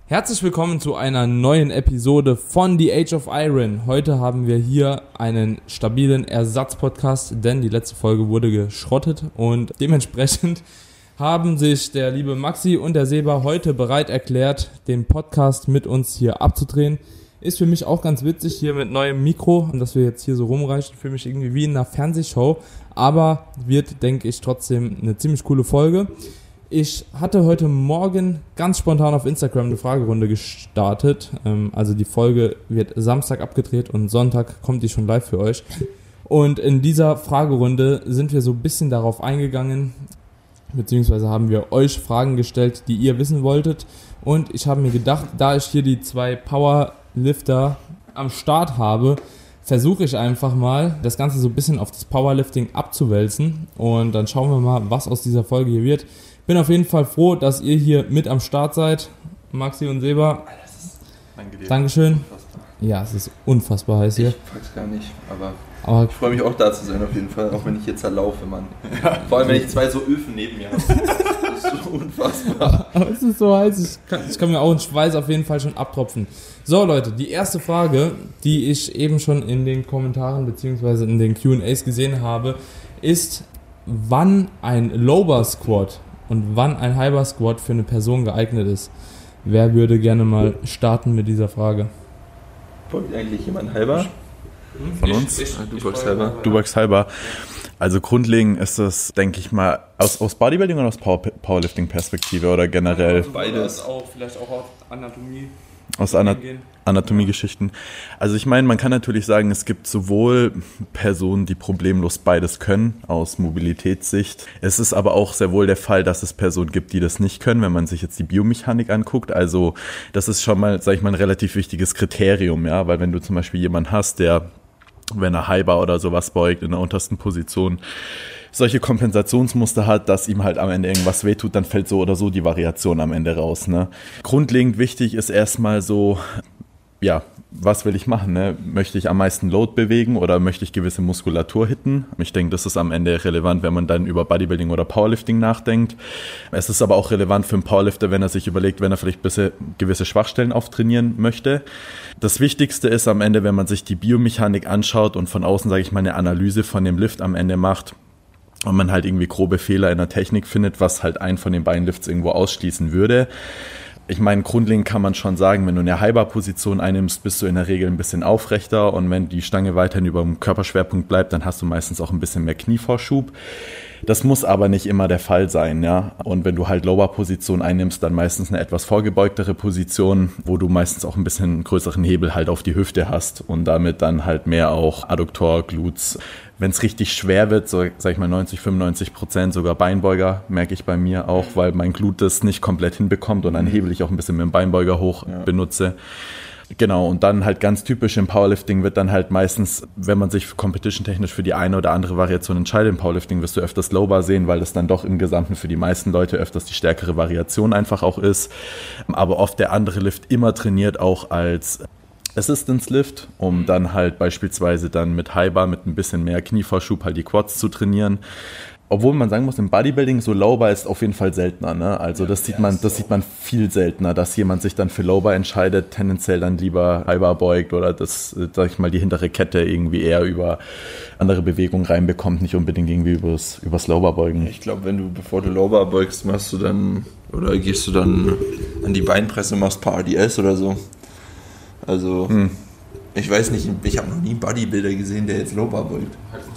Herzlich willkommen zu einer neuen Episode von The Age of Iron. Heute haben wir hier einen stabilen Ersatzpodcast, denn die letzte Folge wurde geschrottet und dementsprechend haben sich der liebe Maxi und der Seba heute bereit erklärt, den Podcast mit uns hier abzudrehen. Ist für mich auch ganz witzig hier mit neuem Mikro, dass wir jetzt hier so rumreichen, für mich irgendwie wie in einer Fernsehshow, aber wird, denke ich, trotzdem eine ziemlich coole Folge. Ich hatte heute Morgen ganz spontan auf Instagram eine Fragerunde gestartet. Also die Folge wird Samstag abgedreht und Sonntag kommt die schon live für euch. Und in dieser Fragerunde sind wir so ein bisschen darauf eingegangen, beziehungsweise haben wir euch Fragen gestellt, die ihr wissen wolltet. Und ich habe mir gedacht, da ich hier die 2 Powerlifter am Start habe, versuche ich einfach mal, das Ganze so ein bisschen auf das Powerlifting abzuwälzen. Und dann schauen wir mal, was aus dieser Folge hier wird. Bin auf jeden Fall froh, dass ihr hier mit am Start seid, Maxi und Seba. Das ist angenehm. Dankeschön. Unfassbar. Ja, es ist unfassbar heiß hier. Ich weiß gar nicht, aber ich freue mich auch da zu sein auf jeden Fall, auch wenn ich jetzt laufe, Mann. Ja. Vor allem, wenn ich 2 so Öfen neben mir habe. Das ist so unfassbar. Aber es ist so heiß, ich kann mir auch einen Schweiß auf jeden Fall schon abtropfen. So Leute, die erste Frage, die ich eben schon in den Kommentaren bzw. in den Q&As gesehen habe, ist, wann ein Lower Squat und wann ein High Squat für eine Person geeignet ist. Wer würde gerne mal starten mit dieser Frage? Beugt eigentlich jemand halber? Von uns? Du beugst halber. Du beugst halber. Also grundlegend ist das, denke ich mal, aus Bodybuilding oder aus Powerlifting-Perspektive oder generell? Beides. Auch, vielleicht auch aus Anatomie. Aus Anatomiegeschichten. Also ich meine, man kann natürlich sagen, es gibt sowohl Personen, die problemlos beides können, aus Mobilitätssicht. Es ist aber auch sehr wohl der Fall, dass es Personen gibt, die das nicht können, wenn man sich jetzt die Biomechanik anguckt. Also das ist schon mal, sage ich mal, ein relativ wichtiges Kriterium, ja, weil wenn du zum Beispiel jemanden hast, der, wenn er High Bar oder sowas beugt, in der untersten Position, solche Kompensationsmuster hat, dass ihm halt am Ende irgendwas wehtut, dann fällt so oder so die Variation am Ende raus. Ne? Grundlegend wichtig ist erstmal so, ja, was will ich machen? Ne? Möchte ich am meisten Load bewegen oder möchte ich gewisse Muskulatur hitten? Ich denke, das ist am Ende relevant, wenn man dann über Bodybuilding oder Powerlifting nachdenkt. Es ist aber auch relevant für einen Powerlifter, wenn er sich überlegt, wenn er vielleicht gewisse Schwachstellen auftrainieren möchte. Das Wichtigste ist am Ende, wenn man sich die Biomechanik anschaut und von außen, sage ich mal, eine Analyse von dem Lift am Ende macht, und man halt irgendwie grobe Fehler in der Technik findet, was halt einen von den beiden Lifts irgendwo ausschließen würde. Ich meine, grundlegend kann man schon sagen, wenn du eine High-Bar-Position einnimmst, bist du in der Regel ein bisschen aufrechter und wenn die Stange weiterhin über dem Körperschwerpunkt bleibt, dann hast du meistens auch ein bisschen mehr Knievorschub. Das muss aber nicht immer der Fall sein, ja. Und wenn du halt Lower-Position einnimmst, dann meistens eine etwas vorgebeugtere Position, wo du meistens auch ein bisschen größeren Hebel halt auf die Hüfte hast und damit dann halt mehr auch Adduktor, Glutes. Wenn es richtig schwer wird, so sag ich mal 90-95%, sogar Beinbeuger, merke ich bei mir auch, weil mein Glut das nicht komplett hinbekommt und dann hebel ich auch ein bisschen mit dem Beinbeuger hoch benutze. Genau, und dann halt ganz typisch im Powerlifting wird dann halt meistens, wenn man sich competition-technisch für die eine oder andere Variation entscheidet, im Powerlifting wirst du öfters Low-Bar sehen, weil das dann doch im Gesamten für die meisten Leute öfters die stärkere Variation einfach auch ist. Aber oft der andere Lift immer trainiert auch als Assistance Lift, um dann halt beispielsweise dann mit High Bar mit ein bisschen mehr Knievorschub halt die Quads zu trainieren. Obwohl man sagen muss, im Bodybuilding so Low Bar ist auf jeden Fall seltener, ne? Also das sieht man viel seltener, dass jemand sich dann für Low Bar entscheidet, tendenziell dann lieber High Bar beugt oder das, sag ich mal, die hintere Kette irgendwie eher über andere Bewegungen reinbekommt, nicht unbedingt irgendwie übers Low Bar beugen. Ich glaube, bevor du Low Bar beugst, machst du dann, oder gehst du dann an die Beinpresse und machst ein paar RDS oder so. Also, ich weiß nicht, ich habe noch nie einen Bodybuilder gesehen, der jetzt Low Bar beugt.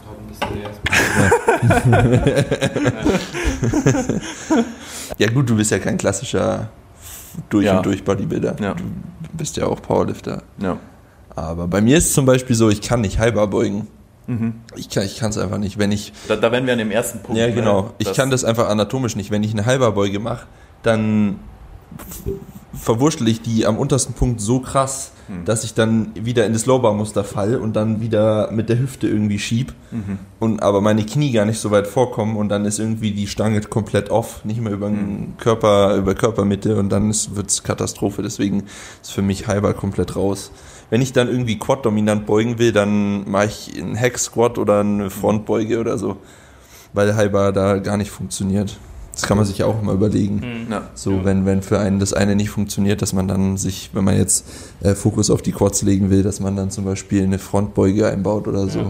Ja gut, du bist ja kein klassischer durch und durch Bodybuilder. Ja. Du bist ja auch Powerlifter. Ja. Aber bei mir ist es zum Beispiel so, ich kann nicht High Bar beugen. Mhm. Ich kann es einfach nicht. Wenn ich, da wären wir an dem ersten Punkt. Ja, genau. Ich kann das einfach anatomisch nicht. Wenn ich eine High Bar Beuge mache, dann verwurschtel ich die am untersten Punkt so krass, dass ich dann wieder in das Low-Bar-Muster fall und dann wieder mit der Hüfte irgendwie schieb aber meine Knie gar nicht so weit vorkommen und dann ist irgendwie die Stange komplett off, nicht mehr über den Körper, über Körpermitte und dann wird es Katastrophe. Deswegen ist für mich High Bar komplett raus. Wenn ich dann irgendwie Quad-dominant beugen will, dann mache ich einen Hack-Squat oder eine Frontbeuge oder so, weil High Bar da gar nicht funktioniert. Das kann man sich ja auch immer überlegen. Ja. So, wenn für einen das eine nicht funktioniert, dass man dann sich, wenn man jetzt Fokus auf die Quads legen will, dass man dann zum Beispiel eine Frontbeuge einbaut oder so.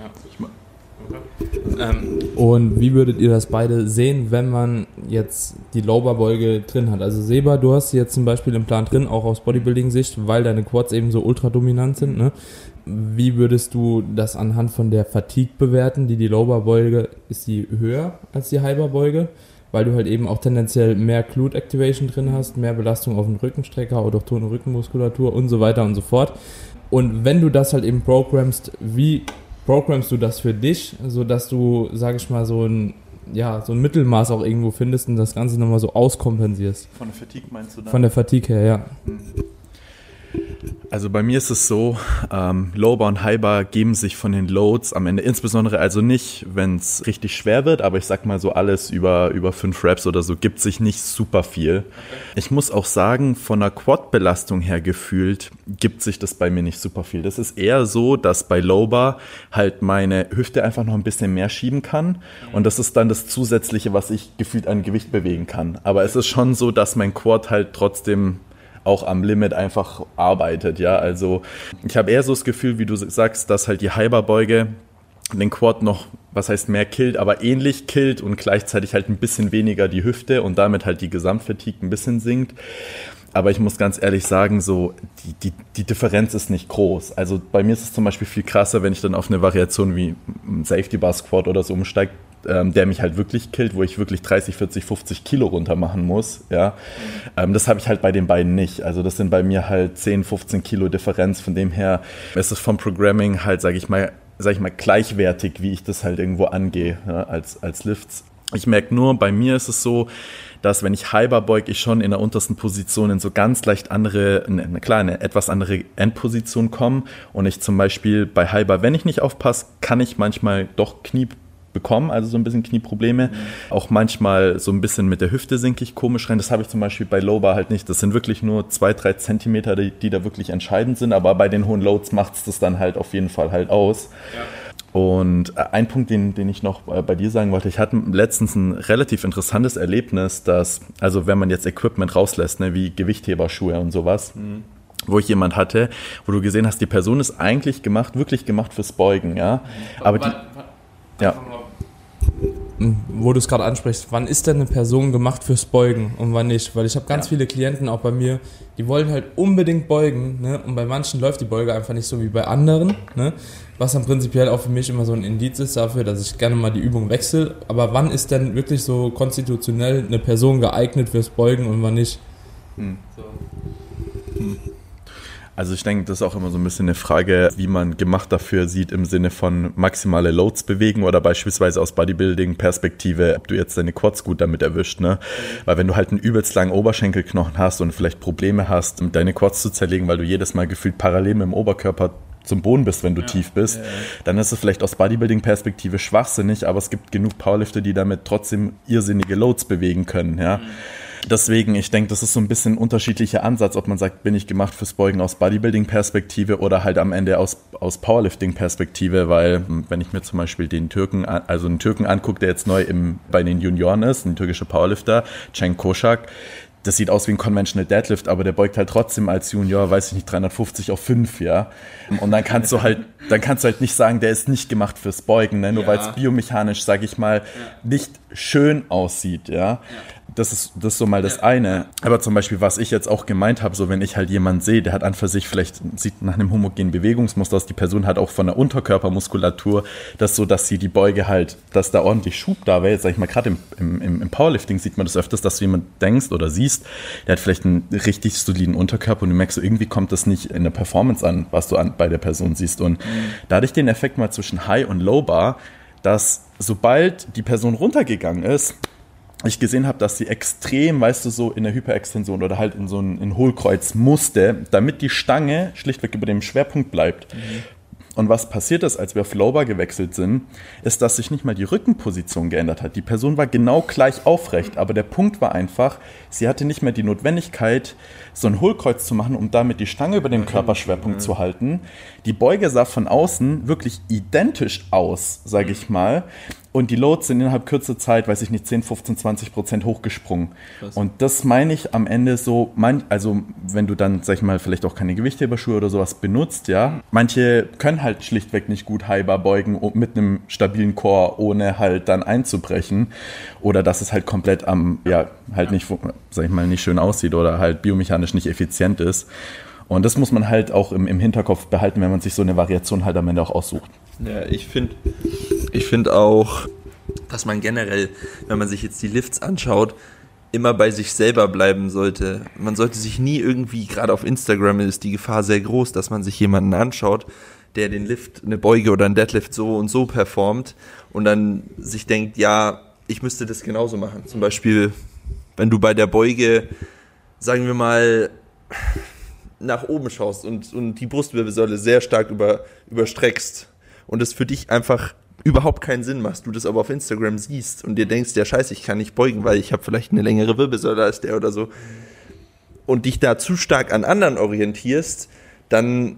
Und wie würdet ihr das beide sehen, wenn man jetzt die Low-Bar-Beuge drin hat? Also Seba, du hast sie jetzt zum Beispiel im Plan drin, auch aus Bodybuilding-Sicht, weil deine Quads eben so ultra dominant sind, ne? Wie würdest du das anhand von der Fatigue bewerten? Die Low-Bar-Beuge, ist die höher als die High-Bar-Beuge? Weil du halt eben auch tendenziell mehr Glute Activation drin hast, mehr Belastung auf den Rückenstrecker, autochtone Rückenmuskulatur und so weiter und so fort. Und wenn du das halt eben programmst, wie programmst du das für dich, sodass du, sag ich mal, so ein Mittelmaß auch irgendwo findest und das Ganze nochmal so auskompensierst? Von der Fatigue meinst du da? Von der Fatigue her, ja. Also bei mir ist es so, Low-Bar und High-Bar geben sich von den Loads am Ende, insbesondere also nicht, wenn es richtig schwer wird, aber ich sag mal so alles über 5 Reps oder so, gibt sich nicht super viel. Okay. Ich muss auch sagen, von der Quad-Belastung her gefühlt, gibt sich das bei mir nicht super viel. Das ist eher so, dass bei Low-Bar halt meine Hüfte einfach noch ein bisschen mehr schieben kann und das ist dann das Zusätzliche, was ich gefühlt an Gewicht bewegen kann. Aber es ist schon so, dass mein Quad halt trotzdem auch am Limit einfach arbeitet, ja, also ich habe eher so das Gefühl, wie du sagst, dass halt die High-Bar-Beuge den Quad noch, was heißt mehr killt, aber ähnlich killt und gleichzeitig halt ein bisschen weniger die Hüfte und damit halt die Gesamtfatigue ein bisschen sinkt. Aber ich muss ganz ehrlich sagen, so die Differenz ist nicht groß. Also bei mir ist es zum Beispiel viel krasser, wenn ich dann auf eine Variation wie ein Safety Bar Squat oder so umsteige, der mich halt wirklich killt, wo ich wirklich 30, 40, 50 Kilo runter machen muss. Ja. Das habe ich halt bei den beiden nicht. Also das sind bei mir halt 10, 15 Kilo Differenz. Von dem her ist es vom Programming halt, sag ich mal, gleichwertig, wie ich das halt irgendwo angehe, ja, als Lifts. Ich merke nur, bei mir ist es so, dass wenn ich High-Bar beuge, ich schon in der untersten Position in so ganz leicht eine etwas andere Endposition komme und ich zum Beispiel bei High-Bar, wenn ich nicht aufpasse, kann ich manchmal doch Knie bekommen, also so ein bisschen Knieprobleme. Auch manchmal so ein bisschen mit der Hüfte sinke ich komisch rein. Das habe ich zum Beispiel bei Low-Bar halt nicht. Das sind wirklich nur 2-3 Zentimeter, die da wirklich entscheidend sind, aber bei den hohen Loads macht es das dann halt auf jeden Fall halt aus. Ja. Und ein Punkt, den ich noch bei dir sagen wollte, ich hatte letztens ein relativ interessantes Erlebnis, dass, also wenn man jetzt Equipment rauslässt, ne, wie Gewichtheberschuhe und sowas, wo ich jemand hatte, wo du gesehen hast, die Person ist eigentlich wirklich gemacht fürs Beugen, ja. Aber wo du es gerade ansprichst, wann ist denn eine Person gemacht fürs Beugen und wann nicht? Weil ich habe ganz viele Klienten auch bei mir, die wollen halt unbedingt beugen, ne? Und bei manchen läuft die Beuge einfach nicht so wie bei anderen, ne? Was dann prinzipiell auch für mich immer so ein Indiz ist dafür, dass ich gerne mal die Übung wechsle. Aber wann ist denn wirklich so konstitutionell eine Person geeignet fürs Beugen und wann nicht? Also ich denke, das ist auch immer so ein bisschen eine Frage, wie man gemacht dafür sieht im Sinne von maximale Loads bewegen oder beispielsweise aus Bodybuilding-Perspektive, ob du jetzt deine Quads gut damit erwischt, ne? Weil wenn du halt einen übelst langen Oberschenkelknochen hast und vielleicht Probleme hast, deine Quads zu zerlegen, weil du jedes Mal gefühlt parallel mit dem Oberkörper zum Boden bist, wenn du tief bist, dann ist es vielleicht aus Bodybuilding-Perspektive schwachsinnig, aber es gibt genug Powerlifter, die damit trotzdem irrsinnige Loads bewegen können, ja. Deswegen, ich denke, das ist so ein bisschen ein unterschiedlicher Ansatz, ob man sagt, bin ich gemacht fürs Beugen aus Bodybuilding-Perspektive oder halt am Ende aus Powerlifting-Perspektive, weil wenn ich mir zum Beispiel einen Türken angucke, der jetzt neu bei den Junioren ist, ein türkischer Powerlifter, Cenk Koşak, das sieht aus wie ein Conventional Deadlift, aber der beugt halt trotzdem als Junior, weiß ich nicht, 350 auf 5, ja. Und dann kannst du halt nicht sagen, der ist nicht gemacht fürs Beugen, ne? Nur weil es biomechanisch, sag ich mal, nicht schön aussieht, ja. Das ist so mal das eine. Aber zum Beispiel, was ich jetzt auch gemeint habe, so wenn ich halt jemanden sehe, der hat an für sich vielleicht, sieht nach einem homogenen Bewegungsmuster aus, die Person hat auch von der Unterkörpermuskulatur das so, dass sie die Beuge halt, dass da ordentlich Schub da wäre. Jetzt sag ich mal, gerade im Powerlifting sieht man das öfters, dass du jemand denkst oder siehst, der hat vielleicht einen richtig soliden Unterkörper und du merkst so, irgendwie kommt das nicht in der Performance an, was du bei der Person siehst. Und da hatte ich den Effekt mal zwischen High und Low Bar, dass sobald die Person runtergegangen ist, ich gesehen habe, dass sie extrem, weißt du, so in der Hyperextension oder halt in so ein Hohlkreuz musste, damit die Stange schlichtweg über dem Schwerpunkt bleibt. Und was passiert ist, als wir auf Low Bar gewechselt sind, ist, dass sich nicht mal die Rückenposition geändert hat. Die Person war genau gleich aufrecht, aber der Punkt war einfach, sie hatte nicht mehr die Notwendigkeit, so ein Hohlkreuz zu machen, um damit die Stange über dem Körperschwerpunkt zu halten. Die Beuge sah von außen wirklich identisch aus, sage ich mal. Und die Loads sind innerhalb kürzer Zeit, 10, 15, 20% hochgesprungen. Krass. Und das meine ich am Ende so, also wenn du dann, sag ich mal, vielleicht auch keine Gewichtheberschuhe oder sowas benutzt, ja. Manche können halt schlichtweg nicht gut High Bar beugen mit einem stabilen Core, ohne halt dann einzubrechen. Oder dass es halt komplett nicht, sag ich mal, nicht schön aussieht oder halt biomechanisch nicht effizient ist. Und das muss man halt auch im Hinterkopf behalten, wenn man sich so eine Variation halt am Ende auch aussucht. Ja, ich finde auch, dass man generell, wenn man sich jetzt die Lifts anschaut, immer bei sich selber bleiben sollte. Man sollte sich nie irgendwie, gerade auf Instagram ist die Gefahr sehr groß, dass man sich jemanden anschaut, der den Lift, eine Beuge oder einen Deadlift so und so performt und dann sich denkt, ja, ich müsste das genauso machen. Zum Beispiel, wenn du bei der Beuge, sagen wir mal, nach oben schaust und die Brustwirbelsäule sehr stark überstreckst und es für dich einfach überhaupt keinen Sinn macht, du das aber auf Instagram siehst und dir denkst, ja scheiße, ich kann nicht beugen, weil ich habe vielleicht eine längere Wirbelsäule als der oder so und dich da zu stark an anderen orientierst, dann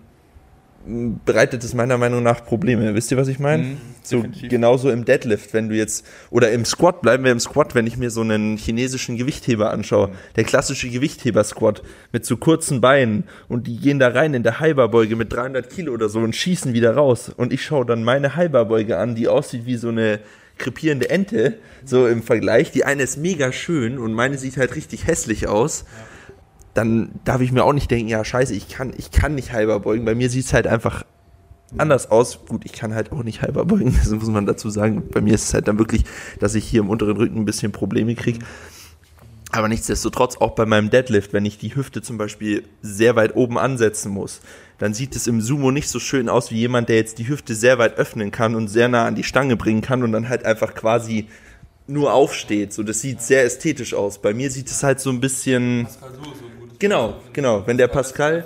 bereitet es meiner Meinung nach Probleme. Wisst ihr, was ich meine? So genauso im Deadlift, wenn du jetzt, oder im Squat, bleiben wir im Squat, wenn ich mir so einen chinesischen Gewichtheber anschaue, der klassische Gewichtheber-Squat mit so kurzen Beinen und die gehen da rein in der High-Bar-Beuge mit 300 Kilo oder so und schießen wieder raus und ich schaue dann meine High-Bar-Beuge an, die aussieht wie so eine krepierende Ente, so im Vergleich. Die eine ist mega schön und meine sieht halt richtig hässlich aus. Dann darf ich mir auch nicht denken, ja scheiße, ich kann nicht halber beugen. Bei mir sieht es halt einfach anders aus. Gut, ich kann halt auch nicht halber beugen, das muss man dazu sagen. Bei mir ist es halt dann wirklich, dass ich hier im unteren Rücken ein bisschen Probleme kriege. Aber nichtsdestotrotz, auch bei meinem Deadlift, wenn ich die Hüfte zum Beispiel sehr weit oben ansetzen muss, dann sieht es im Sumo nicht so schön aus wie jemand, der jetzt die Hüfte sehr weit öffnen kann und sehr nah an die Stange bringen kann und dann halt einfach quasi nur aufsteht. So, das sieht sehr ästhetisch aus. Bei mir sieht es halt so ein bisschen... Genau. Wenn der Pascal,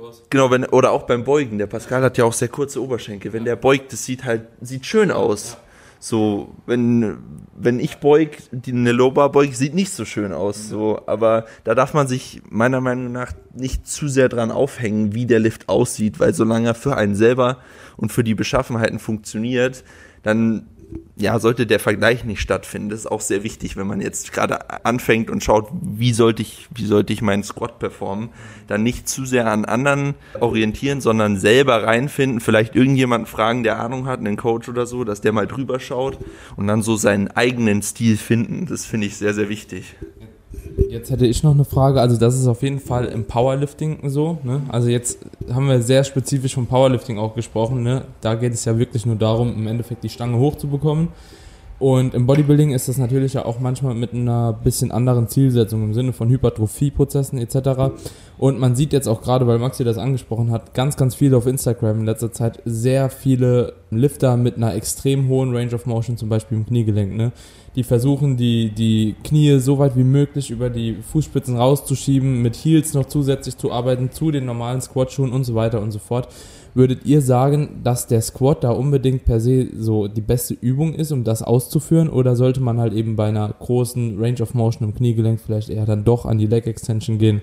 oder auch beim Beugen, der Pascal hat ja auch sehr kurze Oberschenkel. Wenn der beugt, das sieht schön aus. So, wenn ich beug, eine Low-Bar beuge, sieht nicht so schön aus. So, aber da darf man sich meiner Meinung nach nicht zu sehr dran aufhängen, wie der Lift aussieht, weil solange er für einen selber und für die Beschaffenheiten funktioniert, dann sollte der Vergleich nicht stattfinden. Das ist auch sehr wichtig, wenn man jetzt gerade anfängt und schaut, wie sollte ich meinen Squat performen, dann nicht zu sehr an anderen orientieren, sondern selber reinfinden, vielleicht irgendjemanden fragen, der Ahnung hat, einen Coach oder so, dass der mal drüber schaut und dann so seinen eigenen Stil finden. Das finde ich sehr, sehr wichtig. Jetzt hätte ich noch eine Frage, also das ist auf jeden Fall im Powerlifting so, ne? Also jetzt haben wir sehr spezifisch vom Powerlifting auch gesprochen, ne? Da geht es ja wirklich nur darum, im Endeffekt die Stange hochzubekommen und im Bodybuilding ist das natürlich ja auch manchmal mit einer bisschen anderen Zielsetzung im Sinne von Hypertrophieprozessen etc. Und man sieht jetzt auch gerade, weil Maxi das angesprochen hat, ganz, ganz viele auf Instagram in letzter Zeit, sehr viele Lifter mit einer extrem hohen Range of Motion, zum Beispiel im Kniegelenk, ne? Die versuchen, die Knie so weit wie möglich über die Fußspitzen rauszuschieben, mit Heels noch zusätzlich zu arbeiten, zu den normalen Squat-Schuhen und so weiter und so fort. Würdet ihr sagen, dass der Squat da unbedingt per se so die beste Übung ist, um das auszuführen? Oder sollte man halt eben bei einer großen Range of Motion im Kniegelenk vielleicht eher dann doch an die Leg Extension gehen?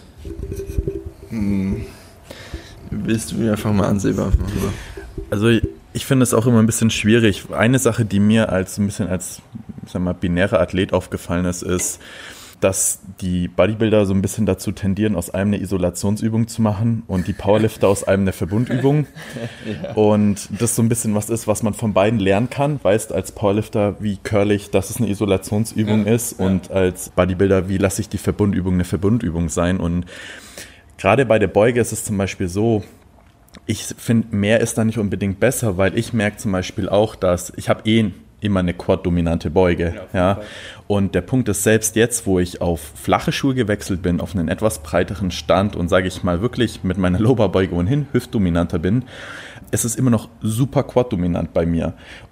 Willst du mir einfach mal ansehbar machen? Also ich finde es auch immer ein bisschen schwierig. Eine Sache, die mir als binärer Athlet aufgefallen ist, dass die Bodybuilder so ein bisschen dazu tendieren, aus einem eine Isolationsübung zu machen und die Powerlifter aus einem eine Verbundübung. Ja. Und das so ein bisschen was ist, was man von beiden lernen kann. Weißt als Powerlifter, wie curlig, dass es eine Isolationsübung ist und als Bodybuilder, wie lasse ich die Verbundübung eine Verbundübung sein. Und gerade bei der Beuge ist es zum Beispiel so, ich finde, mehr ist da nicht unbedingt besser, weil ich merke zum Beispiel auch, dass ich habe immer eine quad-dominante Beuge. Ja. Und der Punkt ist, selbst jetzt, wo ich auf flache Schuhe gewechselt bin, auf einen etwas breiteren Stand und sage ich mal wirklich mit meiner Low-Bar-Beuge ohnehin hüftdominanter bin, es ist immer noch super quad-dominant bei mir.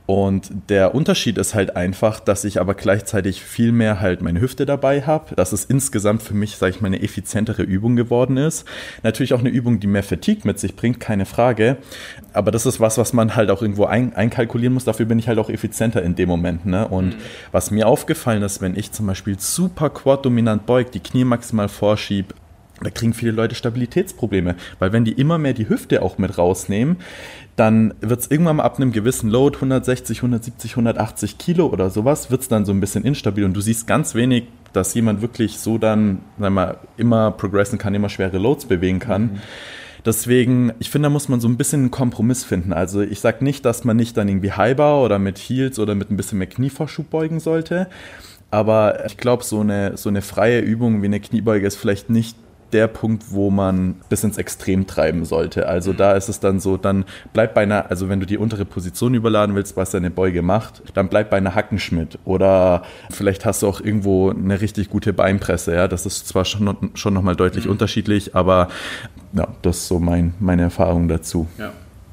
Und der Unterschied ist halt einfach, dass ich aber gleichzeitig viel mehr halt meine Hüfte dabei habe, dass es insgesamt für mich, sage ich mal, eine effizientere Übung geworden ist. Natürlich auch eine Übung, die mehr Fatigue mit sich bringt, keine Frage. Aber das ist was man halt auch irgendwo einkalkulieren muss. Dafür bin ich halt auch effizienter in dem Moment. Ne? Und was mir aufgefallen ist, wenn ich zum Beispiel super quad-dominant beug, die Knie maximal vorschieb, da kriegen viele Leute Stabilitätsprobleme, weil wenn die immer mehr die Hüfte auch mit rausnehmen, dann wird es irgendwann mal ab einem gewissen Load, 160, 170, 180 Kilo oder sowas, wird es dann so ein bisschen instabil und du siehst ganz wenig, dass jemand wirklich so dann, sag mal, immer progressen kann, immer schwere Loads bewegen kann. Deswegen, ich finde, da muss man so ein bisschen einen Kompromiss finden. Also ich sage nicht, dass man nicht dann irgendwie Highbar oder mit Heels oder mit ein bisschen mehr Knievorschub beugen sollte, aber ich glaube, so eine freie Übung wie eine Kniebeuge ist vielleicht nicht der Punkt, wo man bis ins Extrem treiben sollte. Also da ist es dann so, dann bleib bei einer, also wenn du die untere Position überladen willst, was deine Beuge macht, dann bleib bei einer Hackenschmidt oder vielleicht hast du auch irgendwo eine richtig gute Beinpresse. Ja, das ist zwar schon nochmal deutlich unterschiedlich, aber ja, das ist so meine Erfahrung dazu. Ja.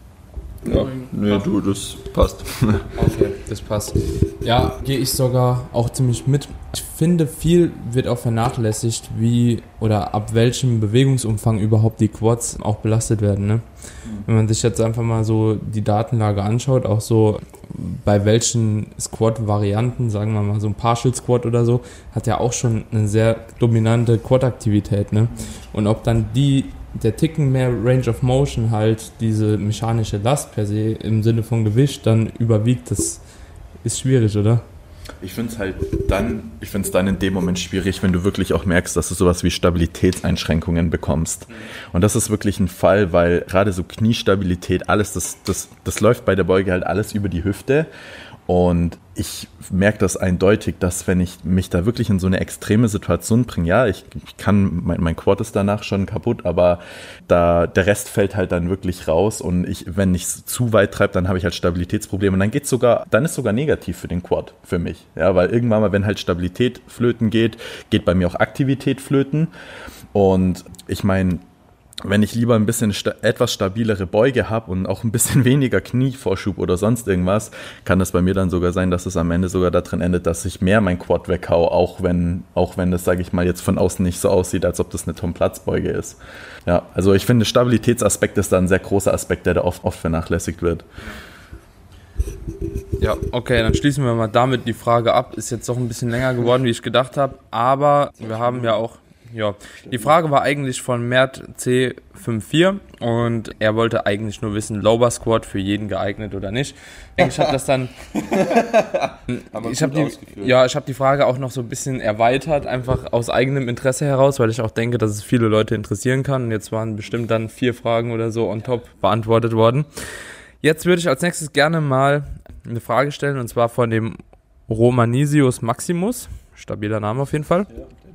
Ja, nee, du, das passt. Okay, das passt. Ja, gehe ich sogar auch ziemlich mit. Ich finde, viel wird auch vernachlässigt, wie oder ab welchem Bewegungsumfang überhaupt die Quads auch belastet werden. Ne? Wenn man sich jetzt einfach mal so die Datenlage anschaut, auch so bei welchen Squat-Varianten, sagen wir mal so ein Partial Squat oder so, hat ja auch schon eine sehr dominante Quad-Aktivität. Ne? Und ob dann der Ticken mehr Range of Motion halt diese mechanische Last per se im Sinne von Gewicht dann überwiegt, das ist schwierig, oder? Ich finde es dann in dem Moment schwierig, wenn du wirklich auch merkst, dass du sowas wie Stabilitätseinschränkungen bekommst. Und das ist wirklich ein Fall, weil gerade so Kniestabilität, alles, das läuft bei der Beuge halt alles über die Hüfte. Und ich merke das eindeutig, dass wenn ich mich da wirklich in so eine extreme Situation bringe, ja, ich kann, mein Quad ist danach schon kaputt, aber der Rest fällt halt dann wirklich raus und wenn ich es zu weit treibe, dann habe ich halt Stabilitätsprobleme und dann ist sogar negativ für den Quad, für mich. Ja, weil irgendwann mal, wenn halt Stabilität flöten geht bei mir auch Aktivität flöten und ich meine, wenn ich lieber ein bisschen etwas stabilere Beuge habe und auch ein bisschen weniger Knievorschub oder sonst irgendwas, kann das bei mir dann sogar sein, dass es am Ende sogar darin endet, dass ich mehr mein Quad weghau, auch wenn das, sage ich mal, jetzt von außen nicht so aussieht, als ob das eine Tom-Platz-Beuge ist. Ja, also ich finde, Stabilitätsaspekt ist da ein sehr großer Aspekt, der da oft vernachlässigt wird. Ja, okay, dann schließen wir mal damit die Frage ab. Ist jetzt doch ein bisschen länger geworden, wie ich gedacht habe, aber wir haben ja auch die Frage war eigentlich von Mert C54 und er wollte eigentlich nur wissen, Lower Squat für jeden geeignet oder nicht. Ich habe das dann ich habe die Frage auch noch so ein bisschen erweitert, einfach aus eigenem Interesse heraus, weil ich auch denke, dass es viele Leute interessieren kann und jetzt waren bestimmt dann 4 Fragen oder so on top beantwortet worden. Jetzt würde ich als nächstes gerne mal eine Frage stellen und zwar von dem Romanisius Maximus, stabiler Name auf jeden Fall.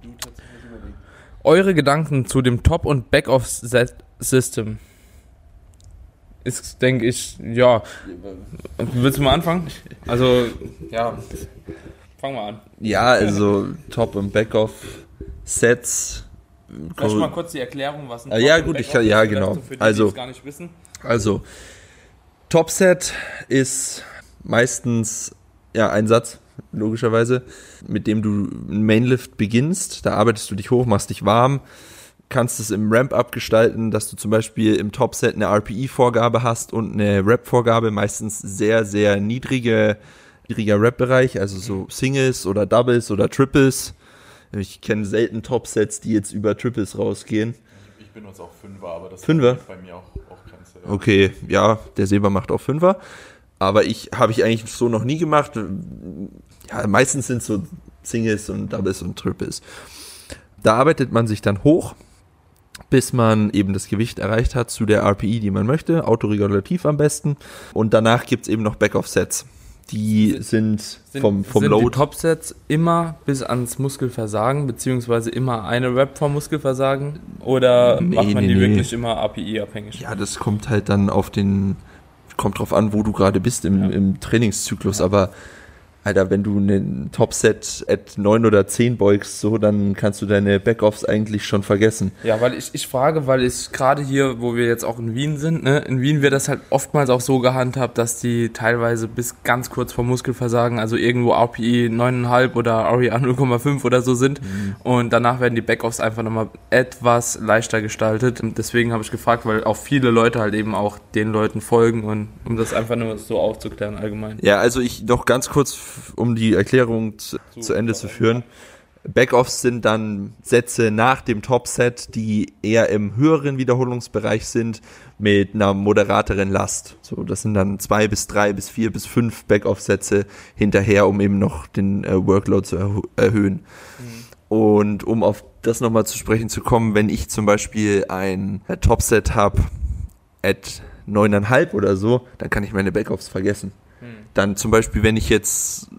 Eure Gedanken zu dem Top- und Back-of-System ist, denke ich, ja. Willst du mal anfangen? Also, ja, fang mal an. Ja, also Top- und Back-of-Sets. Vielleicht mal kurz die Erklärung, was ein Top- ja, gut, genau. Für die, die es gar nicht wissen. Also, Top-Set ist meistens ein Satz, logischerweise, mit dem du einen Mainlift beginnst. Da arbeitest du dich hoch, machst dich warm, kannst es im Ramp-Up gestalten, dass du zum Beispiel im Top-Set eine RPE-Vorgabe hast und eine Rep-Vorgabe, meistens sehr, sehr niedriger Rep-Bereich, also so Singles oder Doubles oder Triples. Ich kenne selten Top-Sets, die jetzt über Triples rausgehen. Ich benutze auch Fünfer, aber das Fünfer? Ist bei mir auch Grenze. Ja. Okay, ja, der Seba macht auch Fünfer. Aber habe ich eigentlich so noch nie gemacht. Ja, meistens sind es so Singles und Doubles und Triples. Da arbeitet man sich dann hoch, bis man eben das Gewicht erreicht hat zu der RPE, die man möchte, autoregulativ am besten. Und danach gibt es eben noch Back-Off-Sets. Die sind vom Load. Die Top-Sets immer bis ans Muskelversagen, beziehungsweise immer eine Rep vom Muskelversagen? Oder macht man die wirklich immer RPE-abhängig? Ja, das kommt halt dann kommt drauf an, wo du gerade bist im Trainingszyklus, aber Alter, wenn du einen Topset at 9 oder 10 beugst, so, dann kannst du deine Backoffs eigentlich schon vergessen. Ja, weil ich frage, weil ich gerade hier, wo wir jetzt auch in Wien sind, ne, in Wien wird das halt oftmals auch so gehandhabt, dass die teilweise bis ganz kurz vor Muskelversagen, also irgendwo RPE 9,5 oder REA 0,5 oder so sind und danach werden die Backoffs einfach nochmal etwas leichter gestaltet. Und deswegen habe ich gefragt, weil auch viele Leute halt eben auch den Leuten folgen und um das einfach nur so aufzuklären allgemein. Ja, also ich noch ganz kurz, um die Erklärung zu Ende zu führen. Backoffs sind dann Sätze nach dem Topset, die eher im höheren Wiederholungsbereich sind, mit einer moderateren Last. So, das sind dann 2 bis 3 bis 4 bis 5 Backoff-Sätze hinterher, um eben noch den Workload zu erhöhen. Und um auf das nochmal zu sprechen zu kommen, wenn ich zum Beispiel ein Topset habe at 9,5 oder so, dann kann ich meine Backoffs vergessen. Dann zum Beispiel, wenn ich jetzt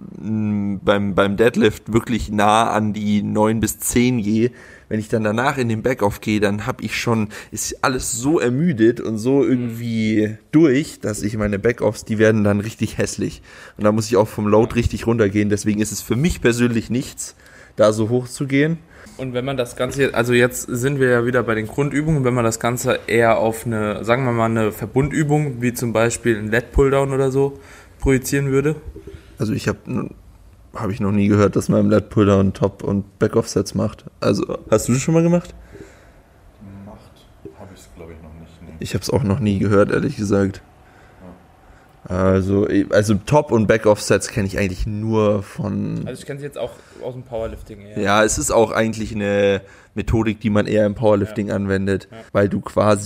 beim Deadlift wirklich nah an die 9 bis 10 gehe, wenn ich dann danach in den Backoff gehe, dann ist alles so ermüdet und so irgendwie durch, dass ich meine Backoffs, die werden dann richtig hässlich. Und da muss ich auch vom Load richtig runtergehen. Deswegen ist es für mich persönlich nichts, da so hoch zu gehen. Und wenn man das Ganze, also jetzt sind wir ja wieder bei den Grundübungen, wenn man das Ganze eher auf eine, sagen wir mal, eine Verbundübung, wie zum Beispiel ein Lat-Pulldown oder so, projizieren würde? Also hab ich noch nie gehört, dass man im Lat-Pulldown Top- und Back-Off-Sets macht. Also, hast du das schon mal gemacht? Habe ich es, glaube ich, noch nicht. Nee. Ich habe es auch noch nie gehört, ehrlich gesagt. Also Top- und Back-Off-Sets kenne ich eigentlich nur von... Also ich kenne sie jetzt auch aus dem Powerlifting eher. Ja, es ist auch eigentlich eine Methodik, die man eher im Powerlifting anwendet, weil du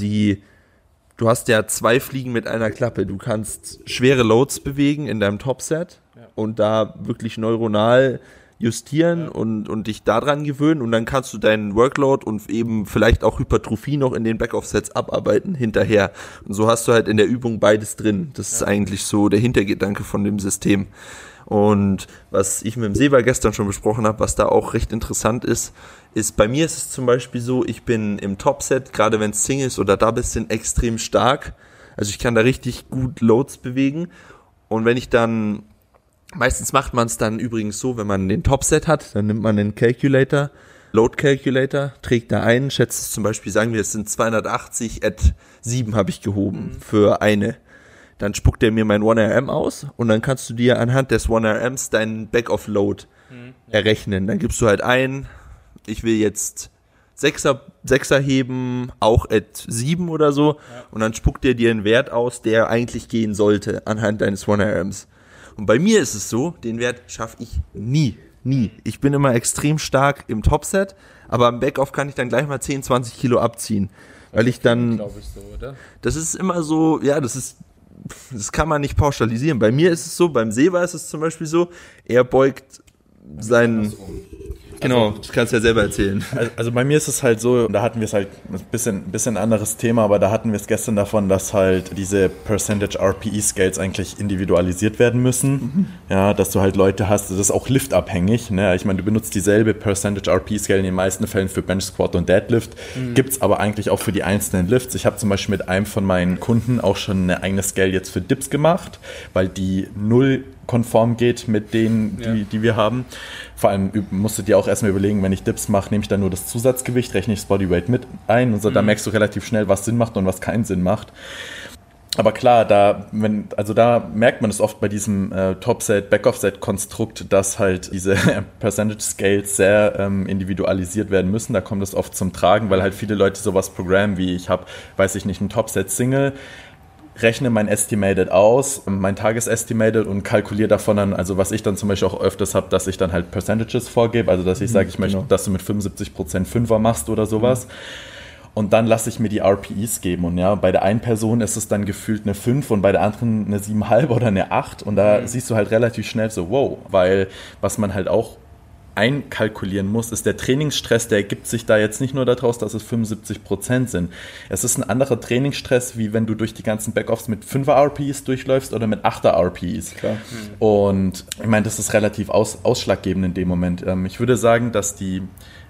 hast ja 2 Fliegen mit einer Klappe. Du kannst schwere Loads bewegen in deinem Topset und da wirklich neuronal justieren und dich daran gewöhnen und dann kannst du deinen Workload und eben vielleicht auch Hypertrophie noch in den Backoff-Sets abarbeiten hinterher. Und so hast du halt in der Übung beides drin. Das ist eigentlich so der Hintergedanke von dem System. Und was ich mit dem Seba gestern schon besprochen habe, was da auch recht interessant ist, bei mir ist es zum Beispiel so, ich bin im Topset, gerade wenn es Singles oder Doubles sind, extrem stark. Also ich kann da richtig gut Loads bewegen. Und wenn ich dann meistens macht man es dann übrigens so, wenn man den Topset hat, dann nimmt man den Calculator, Load Calculator, trägt da ein, schätzt es zum Beispiel, sagen wir, es sind 280 at 7 habe ich gehoben für eine. Dann spuckt er mir mein 1RM aus und dann kannst du dir anhand des 1RMs deinen Back-Off-Load errechnen. Dann gibst du halt ein, ich will jetzt 6er heben, auch at 7 oder so und dann spuckt er dir einen Wert aus, der eigentlich gehen sollte anhand deines 1RMs. Und bei mir ist es so, den Wert schaffe ich nie. Ich bin immer extrem stark im Topset, aber im Backoff kann ich dann gleich mal 10, 20 Kilo abziehen. Weil ich dann, glaube ich so, oder? Das ist immer so, ja, das kann man nicht pauschalisieren. Bei mir ist es so, beim Seba ist es zum Beispiel so, er beugt seinen... Genau, das kannst du ja selber erzählen. Also bei mir ist es halt so, da hatten wir es halt ein bisschen anderes Thema, aber da hatten wir es gestern davon, dass halt diese Percentage RPE Scales eigentlich individualisiert werden müssen. Ja, dass du halt Leute hast, das ist auch liftabhängig. Ne? Ich meine, du benutzt dieselbe Percentage RPE Scale in den meisten Fällen für Bench, Squat und Deadlift. Gibt's aber eigentlich auch für die einzelnen Lifts. Ich habe zum Beispiel mit einem von meinen Kunden auch schon eine eigene Scale jetzt für Dips gemacht, weil die 0 konform geht mit denen, die wir haben. Vor allem musst du dir auch erstmal überlegen, wenn ich Dips mache, nehme ich dann nur das Zusatzgewicht, rechne ich das Bodyweight mit ein und so, da merkst du relativ schnell, was Sinn macht und was keinen Sinn macht. Aber klar, da merkt man es oft bei diesem Topset, Backoff-Set-Konstrukt, dass halt diese Percentage Scales sehr individualisiert werden müssen. Da kommt es oft zum Tragen, weil halt viele Leute sowas programmen wie ich habe, weiß ich nicht, ein Topset-Single, rechne mein Estimated aus, mein Tagesestimated und kalkuliere davon dann, also was ich dann zum Beispiel auch öfters habe, dass ich dann halt Percentages vorgebe, also dass ich sage, ich möchte, dass du mit 75% Fünfer machst oder sowas. Und dann lasse ich mir die RPEs geben. Und ja, bei der einen Person ist es dann gefühlt eine 5 und bei der anderen eine 7,5 oder eine 8. Und da siehst du halt relativ schnell so, wow, weil was man halt auch einkalkulieren muss, ist der Trainingsstress, der ergibt sich da jetzt nicht nur daraus, dass es 75% sind. Es ist ein anderer Trainingsstress, wie wenn du durch die ganzen Backoffs mit 5er RPEs durchläufst oder mit 8er RPEs. Klar. Und ich meine, das ist relativ ausschlaggebend in dem Moment. Ich würde sagen, dass die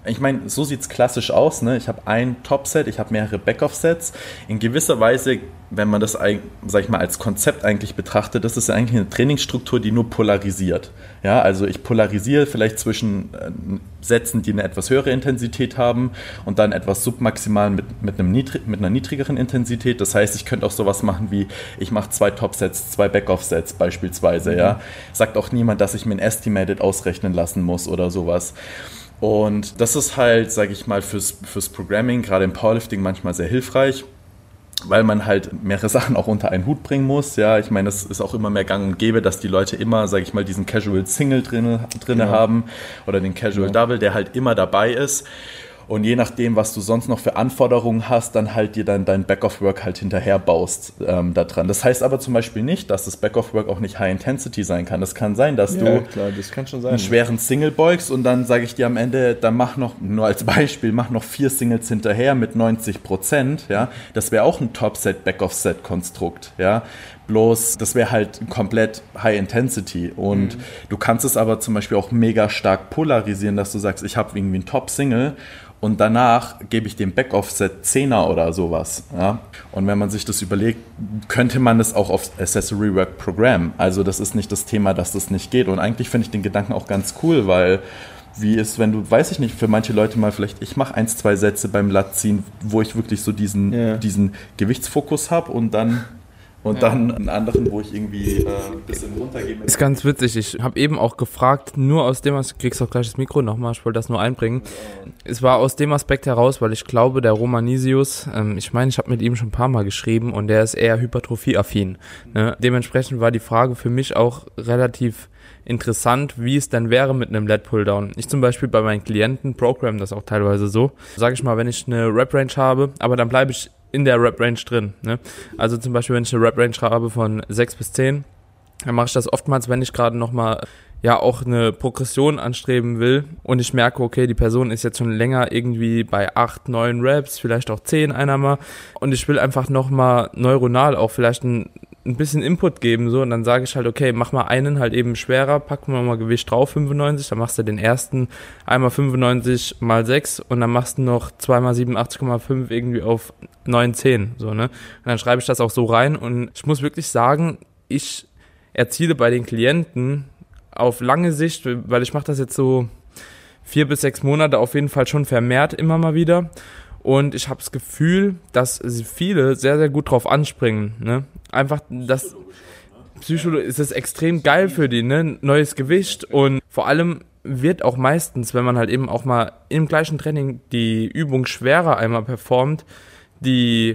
Ich meine, so sieht es klassisch aus, ne? Ich habe ein Top-Set, ich habe mehrere Back-Off-Sets. In gewisser Weise, wenn man das, sag ich mal, als Konzept eigentlich betrachtet, das ist ja eigentlich eine Trainingsstruktur, die nur polarisiert. Ja, also ich polarisiere vielleicht zwischen Sätzen, die eine etwas höhere Intensität haben und dann etwas submaximal mit einer niedrigeren Intensität. Das heißt, ich könnte auch sowas machen wie, ich mache 2 Top-Sets, 2 Back-Off-Sets beispielsweise. Ja. Sagt auch niemand, dass ich mir ein Estimated ausrechnen lassen muss oder sowas. Und das ist halt, sage ich mal, fürs Programming, gerade im Powerlifting manchmal sehr hilfreich, weil man halt mehrere Sachen auch unter einen Hut bringen muss. Ja, ich meine, es ist auch immer mehr gang und gäbe, dass die Leute immer, sage ich mal, diesen Casual Single drinne haben oder den Casual Double, der halt immer dabei ist. Und je nachdem, was du sonst noch für Anforderungen hast, dann halt dir dann dein Back-Off-Work halt hinterher baust da dran. Das heißt aber zum Beispiel nicht, dass das Back-Off-Work auch nicht High-Intensity sein kann. Das kann sein, dass du das kann schon sein, einen schweren Single beugst und dann sage ich dir am Ende, dann mach noch, nur als Beispiel, mach noch 4 Singles hinterher mit 90%. Ja? Das wäre auch ein Top-Set, Back-Off-Set-Konstrukt. Ja? Bloß, das wäre halt komplett High Intensity und du kannst es aber zum Beispiel auch mega stark polarisieren, dass du sagst, ich habe irgendwie einen Top-Single und danach gebe ich dem Back-Off-Set 10er oder sowas. Ja? Und wenn man sich das überlegt, könnte man es auch auf Accessory Work programmen. Also das ist nicht das Thema, dass das nicht geht. Und eigentlich finde ich den Gedanken auch ganz cool, weil wie ist, wenn du, weiß ich nicht, für manche Leute mal vielleicht, ich mache 1, 2 Sätze beim Latziehen, wo ich wirklich so diesen Gewichtsfokus habe und dann einen anderen, wo ich irgendwie ein bisschen runtergehe. Ist ganz witzig. Ich habe eben auch gefragt, nur aus dem Aspekt, kriegst du auch gleich das Mikro nochmal, ich wollte das nur einbringen. Es war aus dem Aspekt heraus, weil ich glaube, der Romanisius, ich habe mit ihm schon ein paar Mal geschrieben und der ist eher hypertrophieaffin. Ne? Dementsprechend war die Frage für mich auch relativ interessant, wie es dann wäre mit einem Lat-Pulldown. Ich zum Beispiel bei meinen Klienten programme das auch teilweise so. Sage ich mal, wenn ich eine Rep-Range habe, aber dann bleibe ich in der Rep-Range drin. Ne? Also zum Beispiel, wenn ich eine Rep-Range habe von 6 bis 10, dann mache ich das oftmals, wenn ich gerade nochmal auch eine Progression anstreben will und ich merke, okay, die Person ist jetzt schon länger irgendwie bei 8, 9 Reps, vielleicht auch 10 einer mal und ich will einfach nochmal neuronal auch vielleicht ein bisschen Input geben, so, und dann sage ich halt, okay, mach mal einen halt eben schwerer, packen wir mal Gewicht drauf, 95, dann machst du den ersten einmal 95 mal 6 und dann machst du noch 2 mal 87,5 irgendwie auf 9,10, so, ne, und dann schreibe ich das auch so rein und ich muss wirklich sagen, ich erziele bei den Klienten auf lange Sicht, weil ich mache das jetzt so 4 bis 6 Monate auf jeden Fall schon vermehrt immer mal wieder. Und ich habe das Gefühl, dass viele sehr, sehr gut drauf anspringen. Ne? Einfach, das psychologisch ist es extrem geil für die, ne? Neues Gewicht. Und vor allem wird auch meistens, wenn man halt eben auch mal im gleichen Training die Übung schwerer einmal performt, die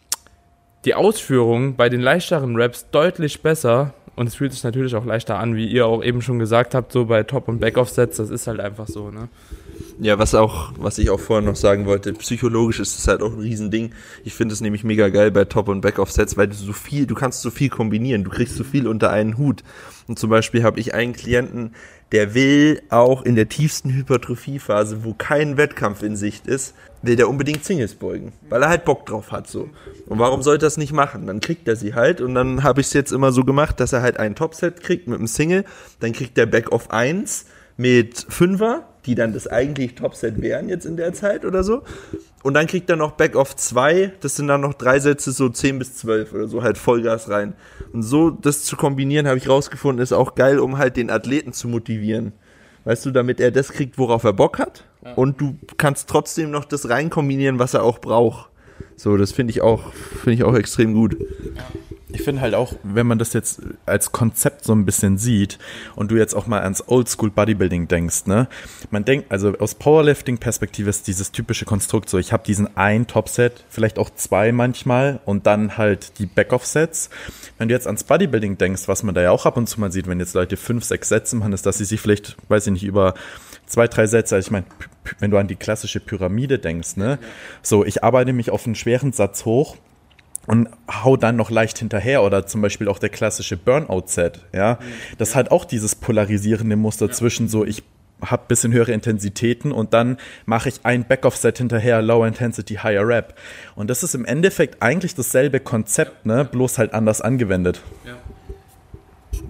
Ausführung bei den leichteren Reps deutlich besser. Und es fühlt sich natürlich auch leichter an, wie ihr auch eben schon gesagt habt, so bei Top- und Back-Off-Sets, das ist halt einfach so, ne? Ja, was ich auch vorhin noch sagen wollte, psychologisch ist es halt auch ein Riesending. Ich finde es nämlich mega geil bei Top- und Back-Off-Sets, weil du kannst so viel kombinieren, du kriegst so viel unter einen Hut. Und zum Beispiel habe ich einen Klienten, der will auch in der tiefsten Hypertrophiephase, wo kein Wettkampf in Sicht ist, will der unbedingt Singles beugen, weil er halt Bock drauf hat, so. Und warum sollte er das nicht machen? Dann kriegt er sie halt und dann habe ich es jetzt immer so gemacht, dass er halt ein Topset kriegt mit einem Single, dann kriegt der Back-Off 1 mit 5er, die dann das eigentlich Topset wären jetzt in der Zeit oder so. Und dann kriegt er noch Back-Off 2, das sind dann noch 3 Sätze, so 10 bis 12 oder so, halt Vollgas rein. Und so das zu kombinieren, habe ich rausgefunden, ist auch geil, um halt den Athleten zu motivieren. Weißt du, damit er das kriegt, worauf er Bock hat. Ja. Und du kannst trotzdem noch das rein kombinieren, was er auch braucht. So, das finde ich auch extrem gut. Ja. Ich finde halt auch, wenn man das jetzt als Konzept so ein bisschen sieht und du jetzt auch mal ans Oldschool Bodybuilding denkst, ne? Man denkt, also aus Powerlifting-Perspektive ist dieses typische Konstrukt so, ich habe diesen einen Topset, vielleicht auch 2 manchmal und dann halt die Back-Off-Sets. Wenn du jetzt ans Bodybuilding denkst, was man da ja auch ab und zu mal sieht, wenn jetzt Leute 5, 6 Sätze machen, ist, dass sie sich vielleicht, weiß ich nicht, über 2, 3 Sätze, also ich meine, wenn du an die klassische Pyramide denkst, ne? So, ich arbeite mich auf einen schweren Satz hoch und hau dann noch leicht hinterher oder zum Beispiel auch der klassische Burnout-Set, ja. Das hat auch dieses polarisierende Muster zwischen so, ich habe ein bisschen höhere Intensitäten und dann mache ich ein Back-Off-Set hinterher, Low Intensity, Higher Rep. Und das ist im Endeffekt eigentlich dasselbe Konzept, ne, bloß halt anders angewendet.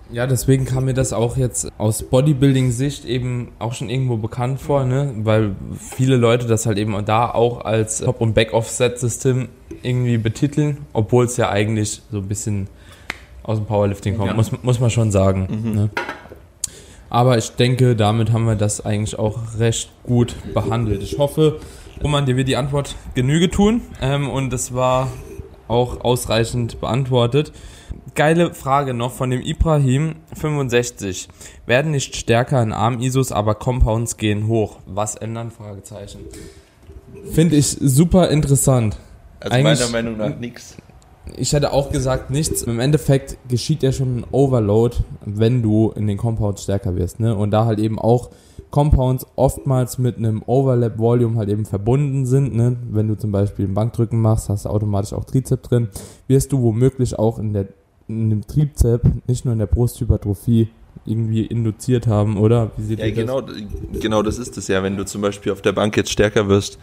Ja, deswegen kam mir das auch jetzt aus Bodybuilding-Sicht eben auch schon irgendwo bekannt vor, ne? Weil viele Leute das halt eben da auch als Top- und Back-Off-Set-System irgendwie betiteln, obwohl es ja eigentlich so ein bisschen aus dem Powerlifting kommt, muss man schon sagen. Ne? Aber ich denke, damit haben wir das eigentlich auch recht gut behandelt. Ich hoffe, Roman, dir wird die Antwort Genüge tun und es war auch ausreichend beantwortet. Geile Frage noch von dem Ibrahim65. Werden nicht stärker in Arm-ISOs, aber Compounds gehen hoch. Was ändern? Fragezeichen. Finde ich super interessant. Also eigentlich, meiner Meinung nach nichts. Ich hätte auch gesagt nichts. Im Endeffekt geschieht ja schon ein Overload, wenn du in den Compounds stärker wirst. Ne? Und da halt eben auch Compounds oftmals mit einem Overlap-Volume halt eben verbunden sind. Ne? Wenn du zum Beispiel ein Bankdrücken machst, hast du automatisch auch Trizep drin. Wirst du womöglich auch in dem Trizep, nicht nur in der Brusthypertrophie, irgendwie induziert haben, oder? Wie sieht genau das ist es ja. Wenn du zum Beispiel auf der Bank jetzt stärker wirst,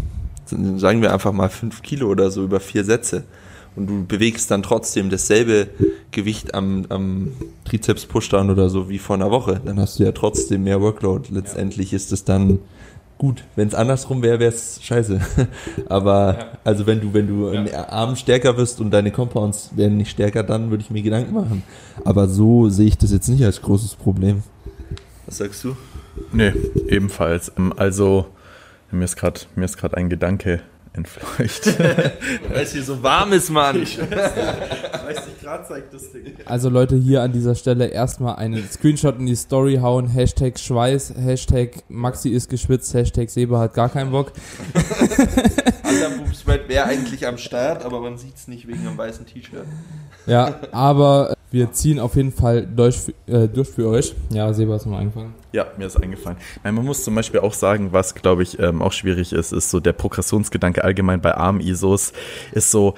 sagen wir einfach mal 5 Kilo oder so über 4 Sätze und du bewegst dann trotzdem dasselbe Gewicht am Trizeps-Pushdown oder so wie vor einer Woche, dann hast du ja trotzdem mehr Workload. Letztendlich ist es dann gut. Wenn es andersrum wäre, wäre es scheiße. Aber also wenn du im Arm stärker wirst und deine Compounds werden nicht stärker, dann würde ich mir Gedanken machen. Aber so sehe ich das jetzt nicht als großes Problem. Was sagst du? Nee, ebenfalls. Also mir ist gerade ein Gedanke entfleucht. Weil es hier so warm ist, Mann. Ich weiß nicht, gerade zeigt das Ding. Also Leute, hier an dieser Stelle erstmal einen Screenshot in die Story hauen. Hashtag Schweiß, Hashtag Maxi ist geschwitzt, Hashtag Seba hat gar keinen Bock. Underboobsweat wäre eigentlich am Start, aber man sieht es nicht wegen einem weißen T-Shirt. Ja, aber wir ziehen auf jeden Fall durch für euch. Ja, Seba, hast du mal angefangen? Ja, mir ist eingefallen. Nein, man muss zum Beispiel auch sagen, was, glaube ich, auch schwierig ist so der Progressionsgedanke allgemein bei Arm-ISOs, ist so,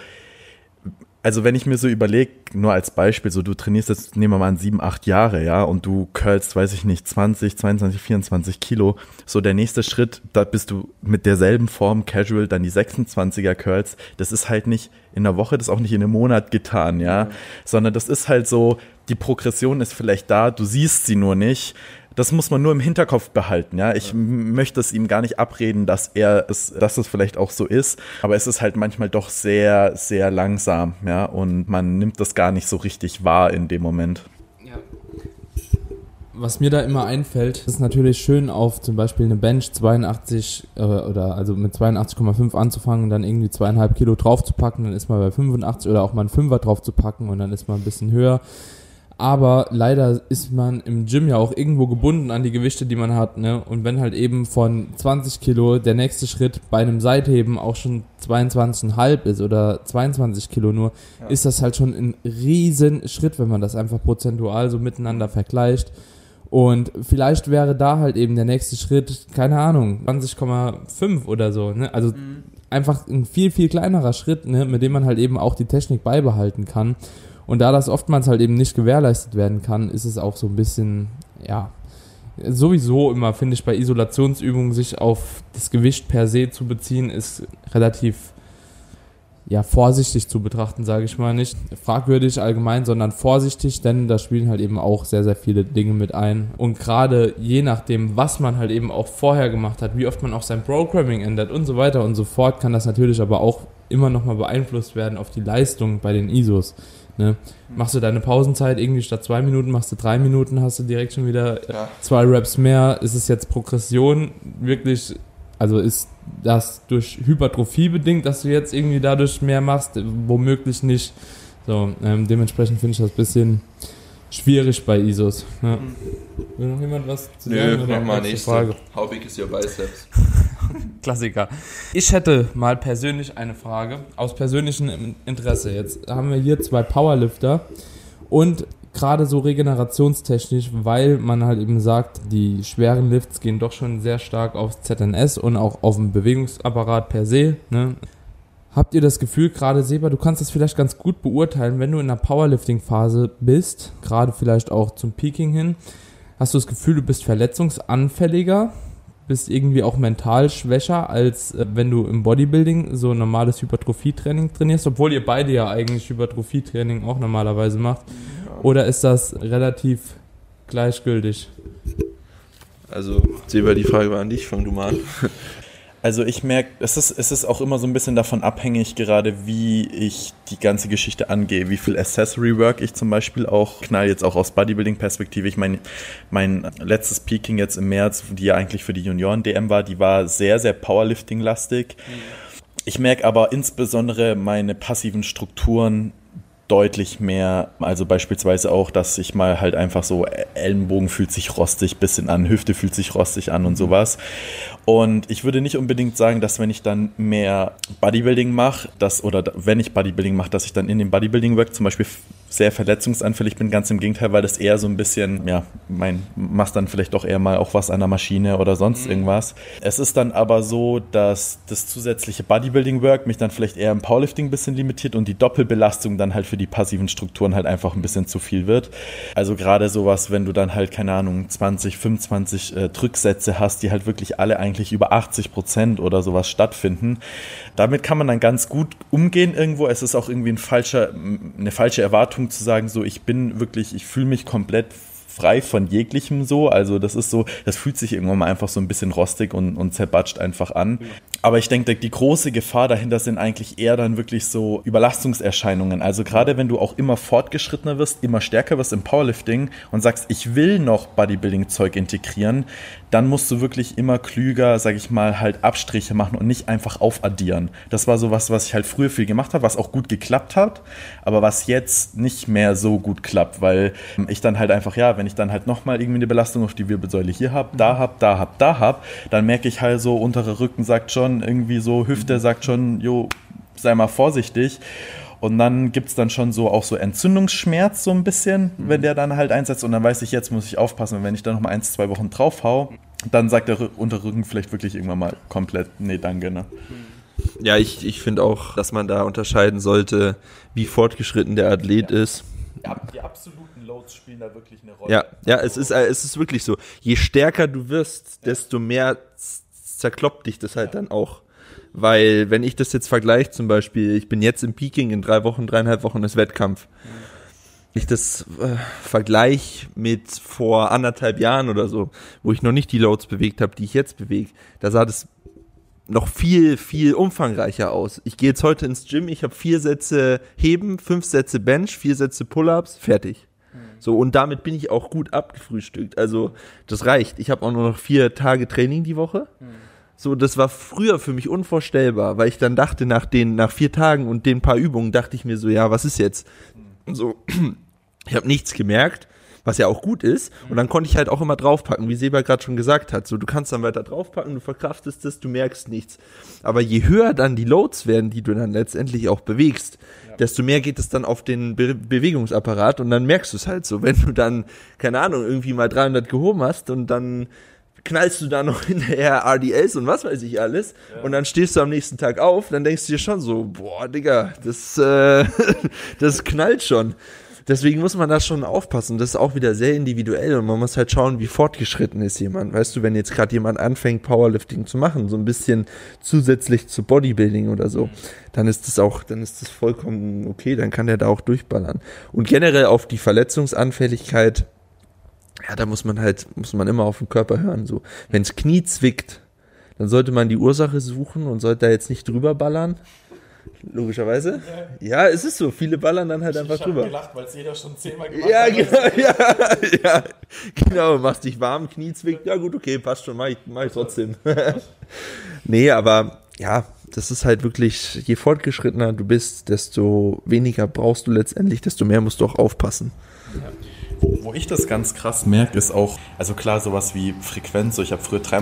also wenn ich mir so überlege, nur als Beispiel, so du trainierst jetzt, nehmen wir mal an 7, 8 Jahre, ja, und du curlst, weiß ich nicht, 20, 22, 24 Kilo, so der nächste Schritt, da bist du mit derselben Form casual, dann die 26er Curls, das ist halt nicht in der Woche, das ist auch nicht in einem Monat getan, ja, sondern das ist halt so, die Progression ist vielleicht da, du siehst sie nur nicht. Das muss man nur im Hinterkopf behalten, ja. Ich möchte es ihm gar nicht abreden, dass es vielleicht auch so ist, aber es ist halt manchmal doch sehr, sehr langsam, ja, und man nimmt das gar nicht so richtig wahr in dem Moment. Ja. Was mir da immer einfällt, ist natürlich schön auf zum Beispiel eine Bench 82 oder also mit 82,5 anzufangen und dann irgendwie 2,5 Kilo draufzupacken, dann ist man bei 85 oder auch mal einen 5er draufzupacken und dann ist man ein bisschen höher. Aber leider ist man im Gym ja auch irgendwo gebunden an die Gewichte, die man hat, ne? Und wenn halt eben von 20 Kilo der nächste Schritt bei einem Seitheben auch schon 22,5 ist oder 22 Kilo nur, ist das halt schon ein riesen Schritt, wenn man das einfach prozentual so miteinander vergleicht. Und vielleicht wäre da halt eben der nächste Schritt, keine Ahnung, 20,5 oder so, ne? Also einfach ein viel, viel kleinerer Schritt, ne? Mit dem man halt eben auch die Technik beibehalten kann. Und da das oftmals halt eben nicht gewährleistet werden kann, ist es auch so ein bisschen, ja, sowieso immer, finde ich, bei Isolationsübungen sich auf das Gewicht per se zu beziehen, ist relativ, ja, vorsichtig zu betrachten, sage ich mal, nicht fragwürdig allgemein, sondern vorsichtig, denn da spielen halt eben auch sehr, sehr viele Dinge mit ein. Und gerade je nachdem, was man halt eben auch vorher gemacht hat, wie oft man auch sein Programming ändert und so weiter und so fort, kann das natürlich aber auch immer nochmal beeinflusst werden auf die Leistung bei den ISOs. Ne? Machst du deine Pausenzeit irgendwie statt 2 Minuten, machst du 3 Minuten, hast du direkt schon wieder 2 Reps mehr. Ist es jetzt Progression wirklich, also ist das durch Hypertrophie bedingt, dass du jetzt irgendwie dadurch mehr machst? Womöglich nicht. So, dementsprechend finde ich das ein bisschen schwierig bei ISOs. Ja. Will noch jemand was zu sagen? Nö, mach mal nächste Frage. How big is your biceps? Klassiker. Ich hätte mal persönlich eine Frage, aus persönlichem Interesse. Jetzt haben wir hier 2 Powerlifter und gerade so regenerationstechnisch, weil man halt eben sagt, die schweren Lifts gehen doch schon sehr stark aufs ZNS und auch auf den Bewegungsapparat per se. Ne? Habt ihr das Gefühl, gerade Seba, du kannst das vielleicht ganz gut beurteilen, wenn du in einer Powerlifting-Phase bist, gerade vielleicht auch zum Peaking hin, hast du das Gefühl, du bist verletzungsanfälliger? Bist irgendwie auch mental schwächer, als wenn du im Bodybuilding so normales Hypertrophie-Training trainierst, obwohl ihr beide ja eigentlich Hypertrophie-Training auch normalerweise macht. Oder ist das relativ gleichgültig? Also, Seba, die Frage war an dich, fang du mal an. Also ich merke, es ist auch immer so ein bisschen davon abhängig, gerade wie ich die ganze Geschichte angehe, wie viel Accessory Work ich zum Beispiel auch knall, jetzt auch aus Bodybuilding-Perspektive. Ich meine, mein letztes Peaking jetzt im März, die ja eigentlich für die Junioren-DM war, die war sehr, sehr Powerlifting-lastig. Ich merke aber insbesondere meine passiven Strukturen deutlich mehr, also beispielsweise auch, dass ich mal halt einfach so, Ellenbogen fühlt sich rostig bisschen an, Hüfte fühlt sich rostig an und sowas. Und ich würde nicht unbedingt sagen, dass wenn ich dann mehr Bodybuilding mache, wenn ich Bodybuilding mache, dass ich dann in dem Bodybuilding-Work zum Beispiel sehr verletzungsanfällig bin, ganz im Gegenteil, weil das eher so ein bisschen, machst dann vielleicht doch eher mal auch was an der Maschine oder sonst irgendwas. Es ist dann aber so, dass das zusätzliche Bodybuilding-Work mich dann vielleicht eher im Powerlifting ein bisschen limitiert und die Doppelbelastung dann halt für die passiven Strukturen halt einfach ein bisschen zu viel wird. Also gerade sowas, wenn du dann halt, keine Ahnung, 20, 25 Drücksätze hast, die halt wirklich alle eigentlich über 80% oder sowas stattfinden. Damit kann man dann ganz gut umgehen irgendwo. Es ist auch irgendwie eine falsche Erwartung zu sagen, so ich fühle mich komplett frei von jeglichem so, also das ist so, das fühlt sich irgendwann mal einfach so ein bisschen rostig und zerbatscht einfach an. Aber ich denke, die große Gefahr dahinter sind eigentlich eher dann wirklich so Überlastungserscheinungen. Also gerade wenn du auch immer fortgeschrittener wirst, immer stärker wirst im Powerlifting und sagst, ich will noch Bodybuilding-Zeug integrieren, dann musst du wirklich immer klüger, sag ich mal, halt Abstriche machen und nicht einfach aufaddieren. Das war so was ich halt früher viel gemacht habe, was auch gut geklappt hat, aber was jetzt nicht mehr so gut klappt, weil ich dann halt einfach, wenn ich dann halt nochmal irgendwie eine Belastung auf die Wirbelsäule hier habe, da habe, dann merke ich halt so, unterer Rücken sagt schon, irgendwie so, Hüfte sagt schon, sei mal vorsichtig. Und dann gibt es dann schon so auch so Entzündungsschmerz so ein bisschen, wenn der dann halt einsetzt. Und dann weiß ich, jetzt muss ich aufpassen. Und wenn ich da noch mal 1-2 Wochen drauf hau, dann sagt der Unterrücken vielleicht wirklich irgendwann mal komplett, nee, danke, ne? Ja, ich finde auch, dass man da unterscheiden sollte, wie fortgeschritten der Athlet ist. Die absoluten Loads spielen da wirklich eine Rolle. Ja, es ist wirklich so. Je stärker du wirst, desto mehr zerkloppt dich das halt dann auch. Weil, wenn ich das jetzt vergleiche, zum Beispiel, ich bin jetzt im Peaking, in 3,5 Wochen ist Wettkampf. Ich das vergleiche mit vor 1,5 Jahren oder so, wo ich noch nicht die Loads bewegt habe, die ich jetzt bewege, da sah das noch viel, viel umfangreicher aus. Ich gehe jetzt heute ins Gym, ich habe 4 Sätze Heben, 5 Sätze Bench, 4 Sätze Pull-Ups, fertig. So, und damit bin ich auch gut abgefrühstückt. Also, das reicht. Ich habe auch nur noch 4 Tage Training die Woche. So, das war früher für mich unvorstellbar, weil ich dann dachte, nach 4 Tagen und den paar Übungen, dachte ich mir so, was ist jetzt? So, ich habe nichts gemerkt, was ja auch gut ist. Und dann konnte ich halt auch immer draufpacken, wie Seba gerade schon gesagt hat. So, du kannst dann weiter draufpacken, du verkraftest es, du merkst nichts. Aber je höher dann die Loads werden, die du dann letztendlich auch bewegst, desto mehr geht es dann auf den Bewegungsapparat und dann merkst du es halt so. Wenn du dann, keine Ahnung, irgendwie mal 300 gehoben hast und dann knallst du da noch hinterher RDLs und was weiß ich alles und dann stehst du am nächsten Tag auf, dann denkst du dir schon so, boah, Digga, das knallt schon. Deswegen muss man da schon aufpassen. Das ist auch wieder sehr individuell und man muss halt schauen, wie fortgeschritten ist jemand. Weißt du, wenn jetzt gerade jemand anfängt, Powerlifting zu machen, so ein bisschen zusätzlich zu Bodybuilding oder so, dann ist das vollkommen okay, dann kann der da auch durchballern. Und generell auf die Verletzungsanfälligkeit, da muss man immer auf den Körper hören. So, wenn das Knie zwickt, dann sollte man die Ursache suchen und sollte da jetzt nicht drüber ballern. Logischerweise. Ja, es ist so. Viele ballern dann halt einfach drüber. Ich habe gelacht, weil es jeder schon 10-mal gemacht hat. Genau. Machst dich warm, Knie zwickt. Ja gut, okay, passt schon. Mach ich trotzdem. Nee, aber das ist halt wirklich, je fortgeschrittener du bist, desto weniger brauchst du letztendlich, desto mehr musst du auch aufpassen. Ja. Wo ich das ganz krass merke, ist auch, also klar, sowas wie Frequenz, so ich habe früher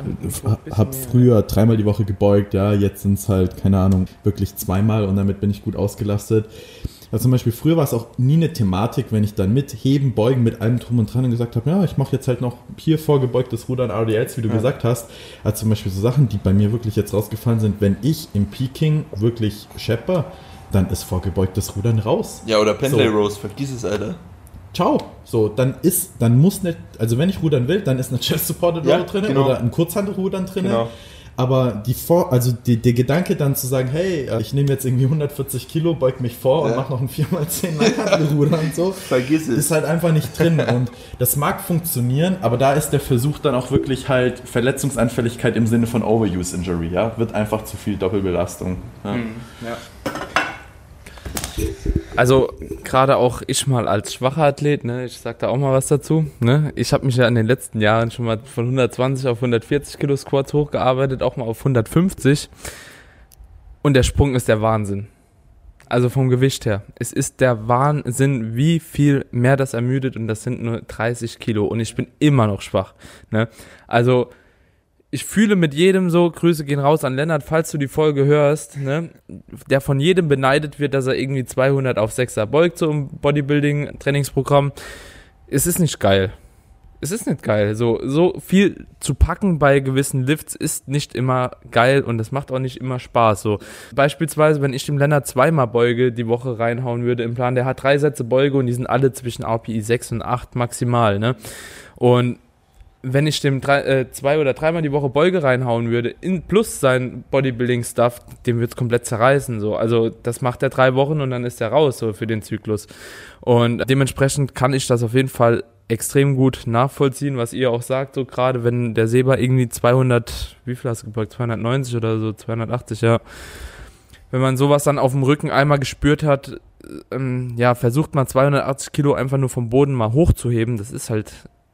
dreimal die Woche gebeugt, jetzt sind es halt, keine Ahnung, wirklich 2-mal und damit bin ich gut ausgelastet. Also zum Beispiel früher war es auch nie eine Thematik, wenn ich dann mit Heben, Beugen, mit allem drum und dran und gesagt habe, ich mache jetzt halt noch hier vorgebeugtes Rudern, RDLs, wie du gesagt hast. Also zum Beispiel so Sachen, die bei mir wirklich jetzt rausgefallen sind, wenn ich im Peaking wirklich schepper, dann ist vorgebeugtes Rudern raus. Ja, oder Pendlay Rows, vergiss es, Alter. Ciao. So, dann muss nicht, also wenn ich rudern will, dann ist eine Chest Supported Row drin oder ein Kurzhantelrudern drin. Genau. aber der Gedanke dann zu sagen, hey, ich nehme jetzt irgendwie 140 Kilo, beug mich vor und mache noch ein 4x10 Langhantelruder und so, Vergiss es. ist halt einfach nicht drin. Und das mag funktionieren, aber da ist der Versuch dann auch wirklich halt Verletzungsanfälligkeit im Sinne von Overuse Injury, ja, wird einfach zu viel Doppelbelastung. Ja. Ja. Also gerade auch ich mal als schwacher Athlet, ne, ich sag da auch mal was dazu, ne, ich habe mich ja in den letzten Jahren schon mal von 120 auf 140 Kilo Squats hochgearbeitet, auch mal auf 150 und der Sprung ist der Wahnsinn. Also vom Gewicht her. Es ist der Wahnsinn, wie viel mehr das ermüdet und das sind nur 30 Kilo und ich bin immer noch schwach, ne, also ich fühle mit jedem so, Grüße gehen raus an Lennart, falls du die Folge hörst, ne, der von jedem beneidet wird, dass er irgendwie 200 auf 6er beugt, so im Bodybuilding-Trainingsprogramm. Es ist nicht geil. Es ist nicht geil. So viel zu packen bei gewissen Lifts ist nicht immer geil und das macht auch nicht immer Spaß. So beispielsweise, wenn ich dem Lennart 2-mal Beuge die Woche reinhauen würde im Plan, der hat 3 Sätze Beuge und die sind alle zwischen RPI 6 und 8 maximal, ne, und wenn ich dem 2 oder 3-mal die Woche Beuge reinhauen würde, plus sein Bodybuilding-Stuff, dem wird es komplett zerreißen. So. Also das macht er 3 Wochen und dann ist er raus so für den Zyklus. Und dementsprechend kann ich das auf jeden Fall extrem gut nachvollziehen, was ihr auch sagt, so gerade wenn der Seba irgendwie 200, wie viel hast du gebeugt, 290 oder so, 280, ja. Wenn man sowas dann auf dem Rücken einmal gespürt hat, versucht man 280 Kilo einfach nur vom Boden mal hochzuheben, das ist halt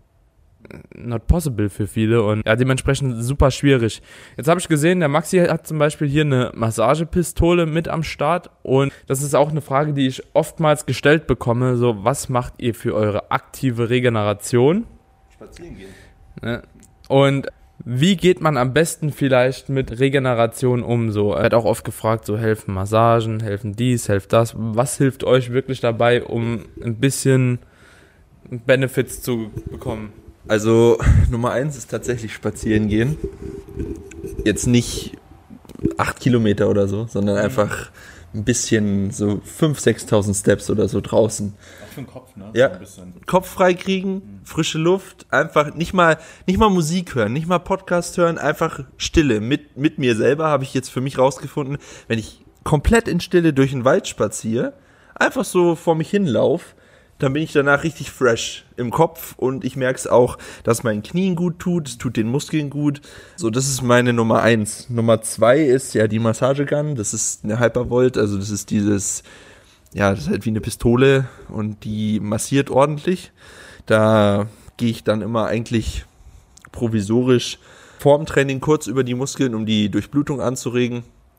not possible für viele und ja, dementsprechend super schwierig. Jetzt habe ich gesehen, der Maxi hat zum Beispiel hier eine Massagepistole mit am Start und das ist auch eine Frage, die ich oftmals gestellt bekomme, so, was macht ihr für eure aktive Regeneration? Spazieren gehen. Ne? Und wie geht man am besten vielleicht mit Regeneration um? So, er hat auch oft gefragt, so helfen Massagen, helfen dies, hilft das. Was hilft euch wirklich dabei, um ein bisschen Benefits zu bekommen? Also Nummer 1 ist tatsächlich spazieren gehen. Jetzt nicht 8 Kilometer oder so, sondern einfach ein bisschen so 5.000, 6.000 Steps oder so draußen. Auch für den Kopf, ne? Ja, so ein bisschen. Kopf frei kriegen, frische Luft, einfach nicht mal Musik hören, nicht mal Podcast hören, einfach Stille. Mit mir selber habe ich jetzt für mich rausgefunden, wenn ich komplett in Stille durch den Wald spaziere, einfach so vor mich hinlaufe, dann bin ich danach richtig fresh im Kopf und ich merke es auch, dass meinen Knien gut tut, es tut den Muskeln gut. So, das ist meine Nummer 1. Nummer 2 ist ja die Massagegun, das ist eine Hypervolt, also das ist das ist halt wie eine Pistole und die massiert ordentlich. Da gehe ich dann immer eigentlich provisorisch vorm Training kurz über die Muskeln, um die Durchblutung anzuregen.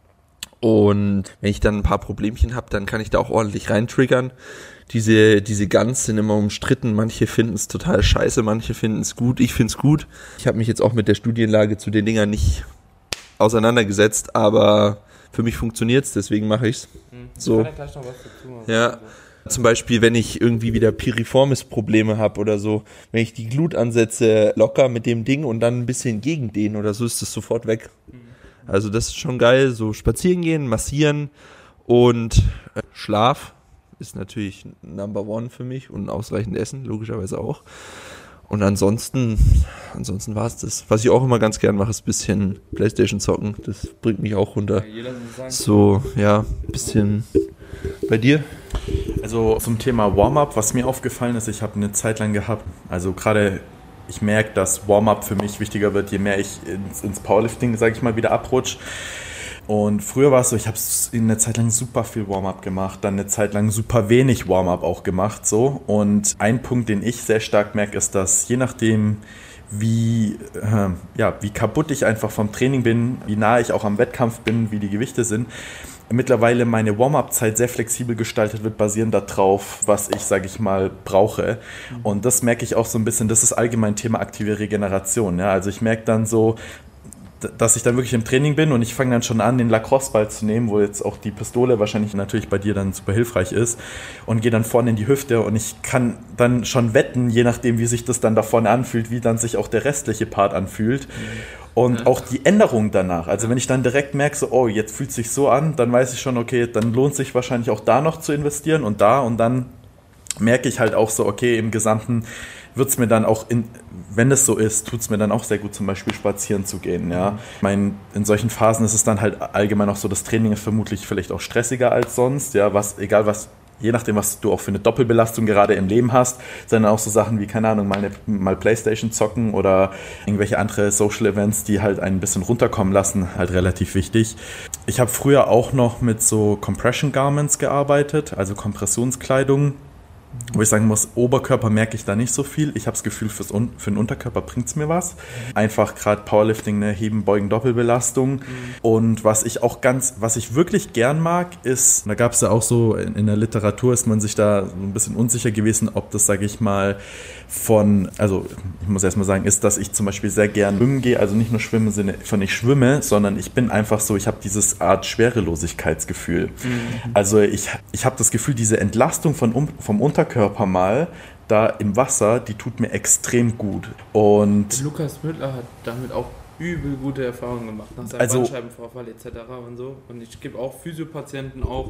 Und wenn ich dann ein paar Problemchen habe, dann kann ich da auch ordentlich reintriggern. Diese Guns sind immer umstritten. Manche finden es total scheiße, manche finden es gut. Ich finde es gut. Ich habe mich jetzt auch mit der Studienlage zu den Dingern nicht auseinandergesetzt, aber für mich funktioniert es, deswegen mache ich es. So. Ich kann ja gleich noch was dazu machen. Ja. Zum Beispiel, wenn ich irgendwie wieder Piriformis-Probleme habe oder so, wenn ich die Glutansätze locker mit dem Ding und dann ein bisschen gegendehnen oder so, ist das sofort weg. Also das ist schon geil, so spazieren gehen, massieren und Schlaf ist natürlich Number 1 für mich und ausreichend Essen, logischerweise auch. Und ansonsten war es das. Was ich auch immer ganz gern mache, ist ein bisschen Playstation zocken. Das bringt mich auch runter. So, ja, ein bisschen. Bei dir? Also zum Thema Warm-up, was mir aufgefallen ist, ich habe eine Zeit lang gehabt, also gerade ich merke, dass Warm-up für mich wichtiger wird, je mehr ich ins Powerlifting, sage ich mal, wieder abrutsche. Und früher war es so, ich habe eine Zeit lang super viel Warm-up gemacht, dann eine Zeit lang super wenig Warm-up auch gemacht. So. Und ein Punkt, den ich sehr stark merke, ist, dass je nachdem, wie kaputt ich einfach vom Training bin, wie nah ich auch am Wettkampf bin, wie die Gewichte sind, mittlerweile meine Warm-up-Zeit sehr flexibel gestaltet wird, basierend darauf, was ich, sage ich mal, brauche. Und das merke ich auch so ein bisschen, das ist allgemein Thema aktive Regeneration. Ja? Also ich merke dann so, dass ich dann wirklich im Training bin und ich fange dann schon an, den Lacrosse-Ball zu nehmen, wo jetzt auch die Pistole wahrscheinlich natürlich bei dir dann super hilfreich ist, und gehe dann vorne in die Hüfte und ich kann dann schon wetten, je nachdem, wie sich das dann da vorne anfühlt, wie dann sich auch der restliche Part anfühlt. Und auch die Änderung danach, also wenn ich dann direkt merke, so, oh, jetzt fühlt es sich so an, dann weiß ich schon, okay, dann lohnt sich wahrscheinlich auch da noch zu investieren und dann merke ich halt auch so, okay, im Gesamten, wird es mir dann auch, wenn es so ist, tut es mir dann auch sehr gut, zum Beispiel spazieren zu gehen. Ja? Ich meine, in solchen Phasen ist es dann halt allgemein auch so, das Training ist vermutlich vielleicht auch stressiger als sonst, ja, je nachdem, was du auch für eine Doppelbelastung gerade im Leben hast, sind dann auch so Sachen wie, keine Ahnung, mal Playstation zocken oder irgendwelche andere Social Events, die halt einen ein bisschen runterkommen lassen, halt relativ wichtig. Ich habe früher auch noch mit so Compression Garments gearbeitet, also Kompressionskleidung, wo ich sagen muss, Oberkörper merke ich da nicht so viel. Ich habe das Gefühl, für den Unterkörper bringt es mir was. Einfach gerade Powerlifting, ne, Heben, Beugen, Doppelbelastung. Und was ich wirklich gern mag, ist, da gab es ja auch so, in der Literatur ist man sich da so ein bisschen unsicher gewesen, ob das, sage ich mal, ich muss erstmal sagen, ist, dass ich zum Beispiel sehr gern schwimmen gehe, also nicht nur schwimmen im Sinne von ich schwimme, sondern ich bin einfach so, ich habe dieses Art Schwerelosigkeitsgefühl. Also ich habe das Gefühl, diese Entlastung vom Unterkörper mal da im Wasser, die tut mir extrem gut. Und Lukas Müller hat damit auch übel gute Erfahrungen gemacht, nach seinem Bandscheibenvorfall etc. und so. Und ich gebe auch Physiopatienten auch,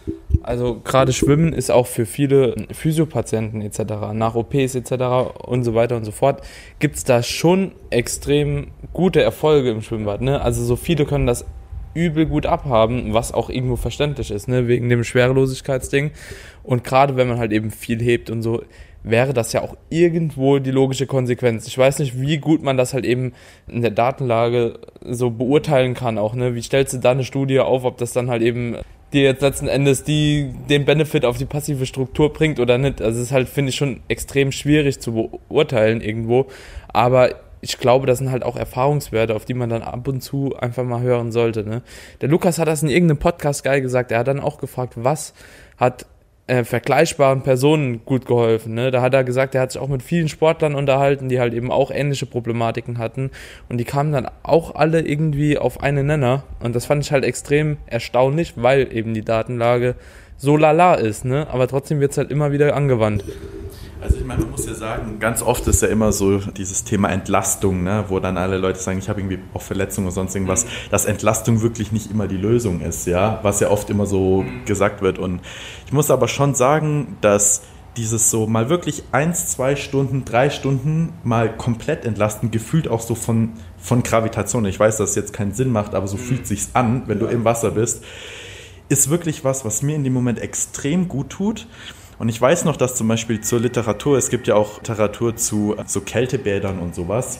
also gerade Schwimmen ist auch für viele Physiopatienten etc., nach OPs etc. und so weiter und so fort, gibt es da schon extrem gute Erfolge im Schwimmbad. Ne? Also so viele können das übel gut abhaben, was auch irgendwo verständlich ist, ne? Wegen dem Schwerelosigkeitsding. Und gerade wenn man halt eben viel hebt und so, wäre das ja auch irgendwo die logische Konsequenz. Ich weiß nicht, wie gut man das halt eben in der Datenlage so beurteilen kann auch, ne? Wie stellst du da eine Studie auf, ob das dann halt eben dir jetzt letzten Endes den Benefit auf die passive Struktur bringt oder nicht. Also es ist halt, finde ich, schon extrem schwierig zu beurteilen irgendwo, aber ich glaube, das sind halt auch Erfahrungswerte, auf die man dann ab und zu einfach mal hören sollte, ne? Der Lukas hat das in irgendeinem Podcast geil gesagt, er hat dann auch gefragt, was hat vergleichbaren Personen gut geholfen, ne? Da hat er gesagt, er hat sich auch mit vielen Sportlern unterhalten, die halt eben auch ähnliche Problematiken hatten und die kamen dann auch alle irgendwie auf einen Nenner und das fand ich halt extrem erstaunlich, weil eben die Datenlage so lala ist, ne? Aber trotzdem wird es halt immer wieder angewandt. Also ich meine, man muss ja sagen, ganz oft ist ja immer so dieses Thema Entlastung, ne, wo dann alle Leute sagen, ich habe irgendwie auch Verletzungen oder sonst irgendwas, dass Entlastung wirklich nicht immer die Lösung ist, ja, was ja oft immer so gesagt wird. Und ich muss aber schon sagen, dass dieses so mal wirklich 1, 2 Stunden, 3 Stunden mal komplett entlasten, gefühlt auch so von Gravitation. Ich weiß, dass es jetzt keinen Sinn macht, aber so fühlt sich's an, wenn du im Wasser bist, ist wirklich was mir in dem Moment extrem gut tut. Und ich weiß noch, dass zum Beispiel zur Literatur, es gibt ja auch Literatur zu so Kältebädern und sowas,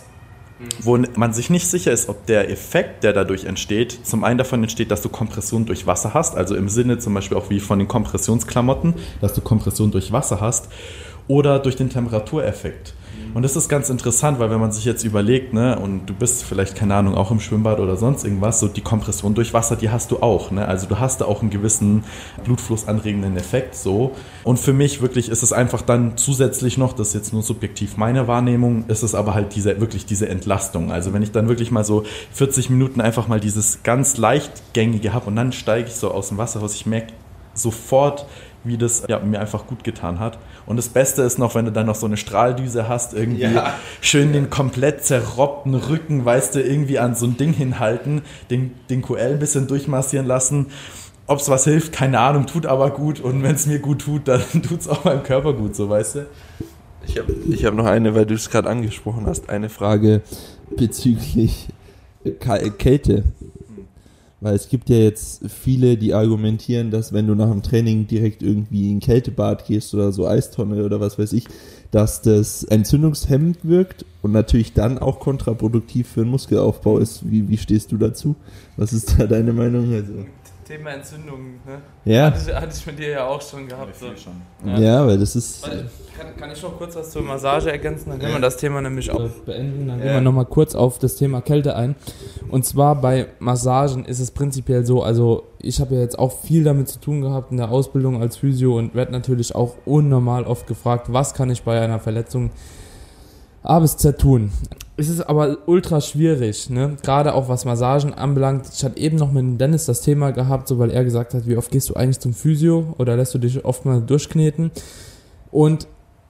wo man sich nicht sicher ist, ob der Effekt, der dadurch entsteht, zum einen davon entsteht, dass du Kompression durch Wasser hast, also im Sinne zum Beispiel auch wie von den Kompressionsklamotten, dass du Kompression durch Wasser hast, oder durch den Temperatureffekt. Und das ist ganz interessant, weil wenn man sich jetzt überlegt, ne, und du bist vielleicht, keine Ahnung, auch im Schwimmbad oder sonst irgendwas, so die Kompression durch Wasser, die hast du auch, ne? Also du hast da auch einen gewissen blutflussanregenden Effekt, so. Und für mich wirklich ist es einfach dann zusätzlich noch, das ist jetzt nur subjektiv meine Wahrnehmung, ist es aber halt diese Entlastung. Also wenn ich dann wirklich mal so 40 Minuten einfach mal dieses ganz leichtgängige habe und dann steige ich so aus dem Wasser raus, ich merke sofort, wie das mir einfach gut getan hat. Und das Beste ist noch, wenn du dann noch so eine Strahldüse hast, irgendwie schön den komplett zerrobbten Rücken, weißt du, irgendwie an so ein Ding hinhalten, den QL ein bisschen durchmassieren lassen. Ob es was hilft, keine Ahnung, tut aber gut. Und wenn es mir gut tut, dann tut es auch meinem Körper gut, so, weißt du? Ich hab noch eine, weil du es gerade angesprochen hast, eine Frage bezüglich Kälte. Weil es gibt ja jetzt viele, die argumentieren, dass wenn du nach dem Training direkt irgendwie in ein Kältebad gehst oder so Eistonne oder was weiß ich, dass das entzündungshemmend wirkt und natürlich dann auch kontraproduktiv für den Muskelaufbau ist. Wie stehst du dazu? Was ist da deine Meinung? Also Thema Entzündung, ne? Ja. Hatte ich mit dir ja auch schon gehabt. So. Ja, weil das ist... Kann ich noch kurz was zur Massage ergänzen? Dann können wir das Thema nämlich auch beenden. Dann gehen wir nochmal kurz auf das Thema Kälte ein. Und zwar bei Massagen ist es prinzipiell so, also ich habe ja jetzt auch viel damit zu tun gehabt in der Ausbildung als Physio und werde natürlich auch unnormal oft gefragt, was kann ich bei einer Verletzung A bis Z tun. Es ist aber ultra schwierig, ne? Gerade auch was Massagen anbelangt. Ich hatte eben noch mit Dennis das Thema gehabt, so weil er gesagt hat, wie oft gehst du eigentlich zum Physio oder lässt du dich oft mal durchkneten? Und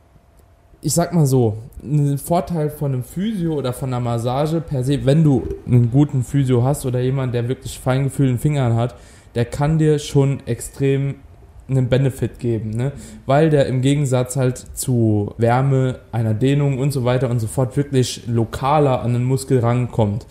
ich sag mal so, ein Vorteil von einem Physio oder von einer Massage per se, wenn du einen guten Physio hast oder jemand, der wirklich Feingefühl in den Fingern hat, der kann dir schon extrem einen Benefit geben, ne? Weil der im Gegensatz halt zu Wärme, einer Dehnung und so weiter und so fort wirklich lokaler an den Muskel rankommt.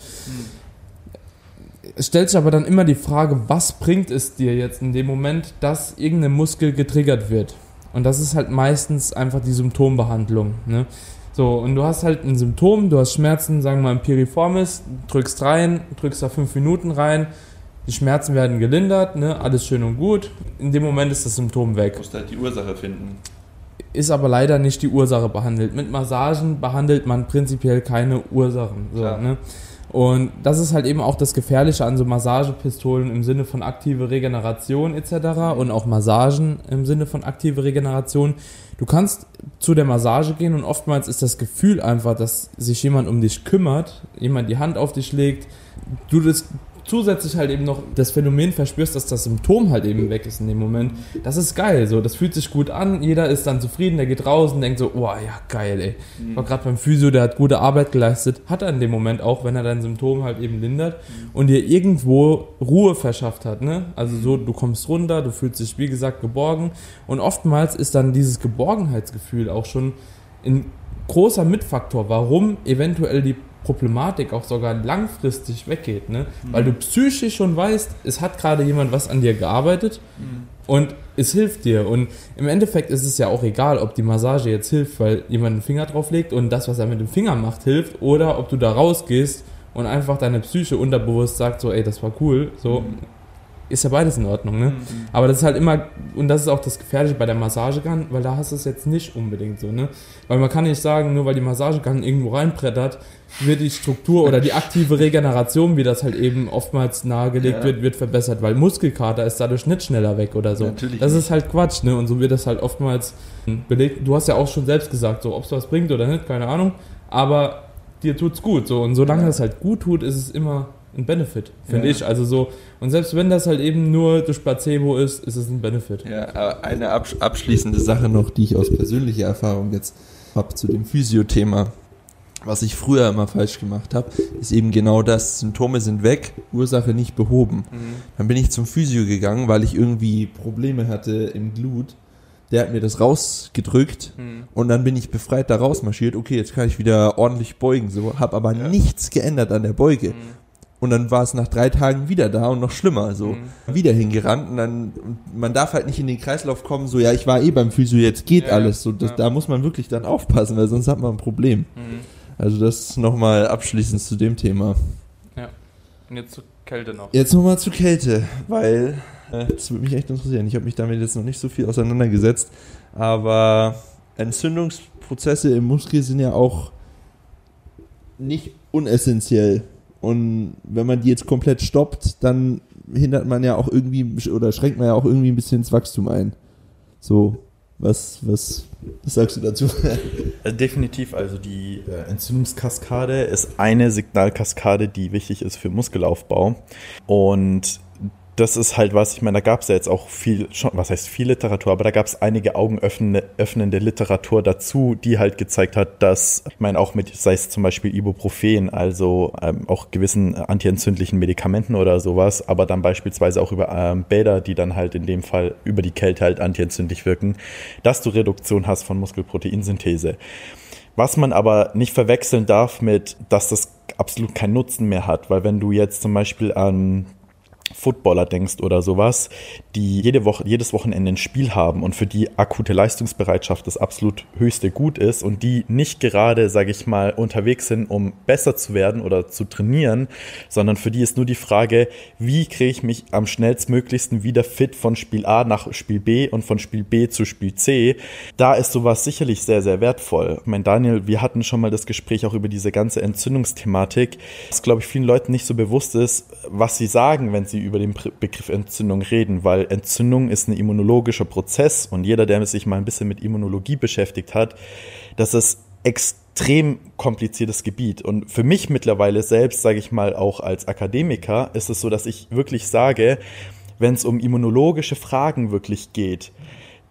Es stellt sich aber dann immer die Frage, was bringt es dir jetzt in dem Moment, dass irgendein Muskel getriggert wird? Und das ist halt meistens einfach die Symptombehandlung, ne? So, und du hast halt ein Symptom, du hast Schmerzen, sagen wir mal im Piriformis, drückst rein, drückst da 5 Minuten rein, die Schmerzen werden gelindert, ne, alles schön und gut. In dem Moment ist das Symptom weg. Du musst halt die Ursache finden. Ist aber leider nicht die Ursache behandelt. Mit Massagen behandelt man prinzipiell keine Ursachen. So, ne? Und das ist halt eben auch das Gefährliche an so Massagepistolen im Sinne von aktive Regeneration etc. und auch Massagen im Sinne von aktive Regeneration. Du kannst zu der Massage gehen und oftmals ist das Gefühl einfach, dass sich jemand um dich kümmert, jemand die Hand auf dich legt, du das zusätzlich halt eben noch das Phänomen verspürst, dass das Symptom halt eben weg ist in dem Moment. Das ist geil, so, das fühlt sich gut an, jeder ist dann zufrieden, der geht raus und denkt so, oh ja, geil, ey. Ich war gerade beim Physio, der hat gute Arbeit geleistet, hat er in dem Moment auch, wenn er dein Symptom halt eben lindert und dir irgendwo Ruhe verschafft hat, ne? Also so, du kommst runter, du fühlst dich, wie gesagt, geborgen und oftmals ist dann dieses Geborgenheitsgefühl auch schon ein großer Mitfaktor, warum eventuell die Problematik auch sogar langfristig weggeht, ne? Weil du psychisch schon weißt, es hat gerade jemand was an dir gearbeitet und es hilft dir. Und im Endeffekt ist es ja auch egal, ob die Massage jetzt hilft, weil jemand einen Finger drauf legt und das, was er mit dem Finger macht, hilft, oder ob du da rausgehst und einfach deine Psyche unterbewusst sagt, so, ey, das war cool, so. Ist ja beides in Ordnung, ne? Aber das ist halt immer, und das ist auch das Gefährliche bei der Massagegun, weil da hast du es jetzt nicht unbedingt so, ne? Weil man kann nicht sagen, nur weil die Massagegun irgendwo reinbrettert, wird die Struktur oder die aktive Regeneration, wie das halt eben oftmals nahegelegt wird verbessert, weil Muskelkater ist dadurch nicht schneller weg oder so. Natürlich das nicht. ist halt Quatsch, ne? Und so wird das halt oftmals belegt. Du hast ja auch schon selbst gesagt, so, ob es was bringt oder nicht, keine Ahnung, aber dir tut's gut, so. Und solange das halt gut tut, ist es immer ein Benefit, finde ich. Also so, und selbst wenn das halt eben nur durch Placebo ist, ist es ein Benefit. Ja, aber eine abschließende Sache noch, die ich aus persönlicher Erfahrung jetzt habe zu dem Physio-Thema. Was ich früher immer falsch gemacht habe, ist eben genau das, Symptome sind weg, Ursache nicht behoben. Dann bin ich zum Physio gegangen, weil ich irgendwie Probleme hatte im Glut. Der hat mir das rausgedrückt und dann bin ich befreit da rausmarschiert. Okay, jetzt kann ich wieder ordentlich beugen, so, habe aber nichts geändert an der Beuge. Und dann war es nach 3 Tagen wieder da und noch schlimmer, so. Wieder hingerannt und dann, man darf halt nicht in den Kreislauf kommen, so, ja, ich war beim Physio, jetzt geht alles, so, da muss man wirklich dann aufpassen, weil sonst hat man ein Problem. Also das nochmal abschließend zu dem Thema. Ja, und jetzt zur Kälte noch. Jetzt nochmal zur Kälte, weil, das würde mich echt interessieren, ich habe mich damit jetzt noch nicht so viel auseinandergesetzt, aber Entzündungsprozesse im Muskel sind ja auch nicht unessentiell. Und wenn man die jetzt komplett stoppt, dann hindert man ja auch irgendwie, oder schränkt man ja auch irgendwie ein bisschen das Wachstum ein. So, was sagst du dazu? Also definitiv, also die Entzündungskaskade ist eine Signalkaskade, die wichtig ist für Muskelaufbau. Und das ist halt was, ich meine, da gab es ja jetzt auch viel Literatur, aber da gab es einige augenöffnende Literatur dazu, die halt gezeigt hat, dass, ich meine, auch mit, sei es zum Beispiel Ibuprofen, also auch gewissen antientzündlichen Medikamenten oder sowas, aber dann beispielsweise auch über Bäder, die dann halt in dem Fall über die Kälte halt antientzündlich wirken, dass du Reduktion hast von Muskelproteinsynthese. Was man aber nicht verwechseln darf mit, dass das absolut keinen Nutzen mehr hat, weil wenn du jetzt zum Beispiel an Footballer denkst oder sowas, die jedes Wochenende ein Spiel haben und für die akute Leistungsbereitschaft das absolut höchste Gut ist und die nicht gerade, sage ich mal, unterwegs sind, um besser zu werden oder zu trainieren, sondern für die ist nur die Frage, wie kriege ich mich am schnellstmöglichsten wieder fit von Spiel A nach Spiel B und von Spiel B zu Spiel C. Da ist sowas sicherlich sehr, sehr wertvoll. Ich meine, Daniel, wir hatten schon mal das Gespräch auch über diese ganze Entzündungsthematik, was, glaube ich, vielen Leuten nicht so bewusst ist, was sie sagen, wenn sie über den Begriff Entzündung reden, weil Entzündung ist ein immunologischer Prozess und jeder, der sich mal ein bisschen mit Immunologie beschäftigt hat, das ist extrem kompliziertes Gebiet und für mich mittlerweile selbst, sage ich mal auch als Akademiker, ist es so, dass ich wirklich sage, wenn es um immunologische Fragen wirklich geht,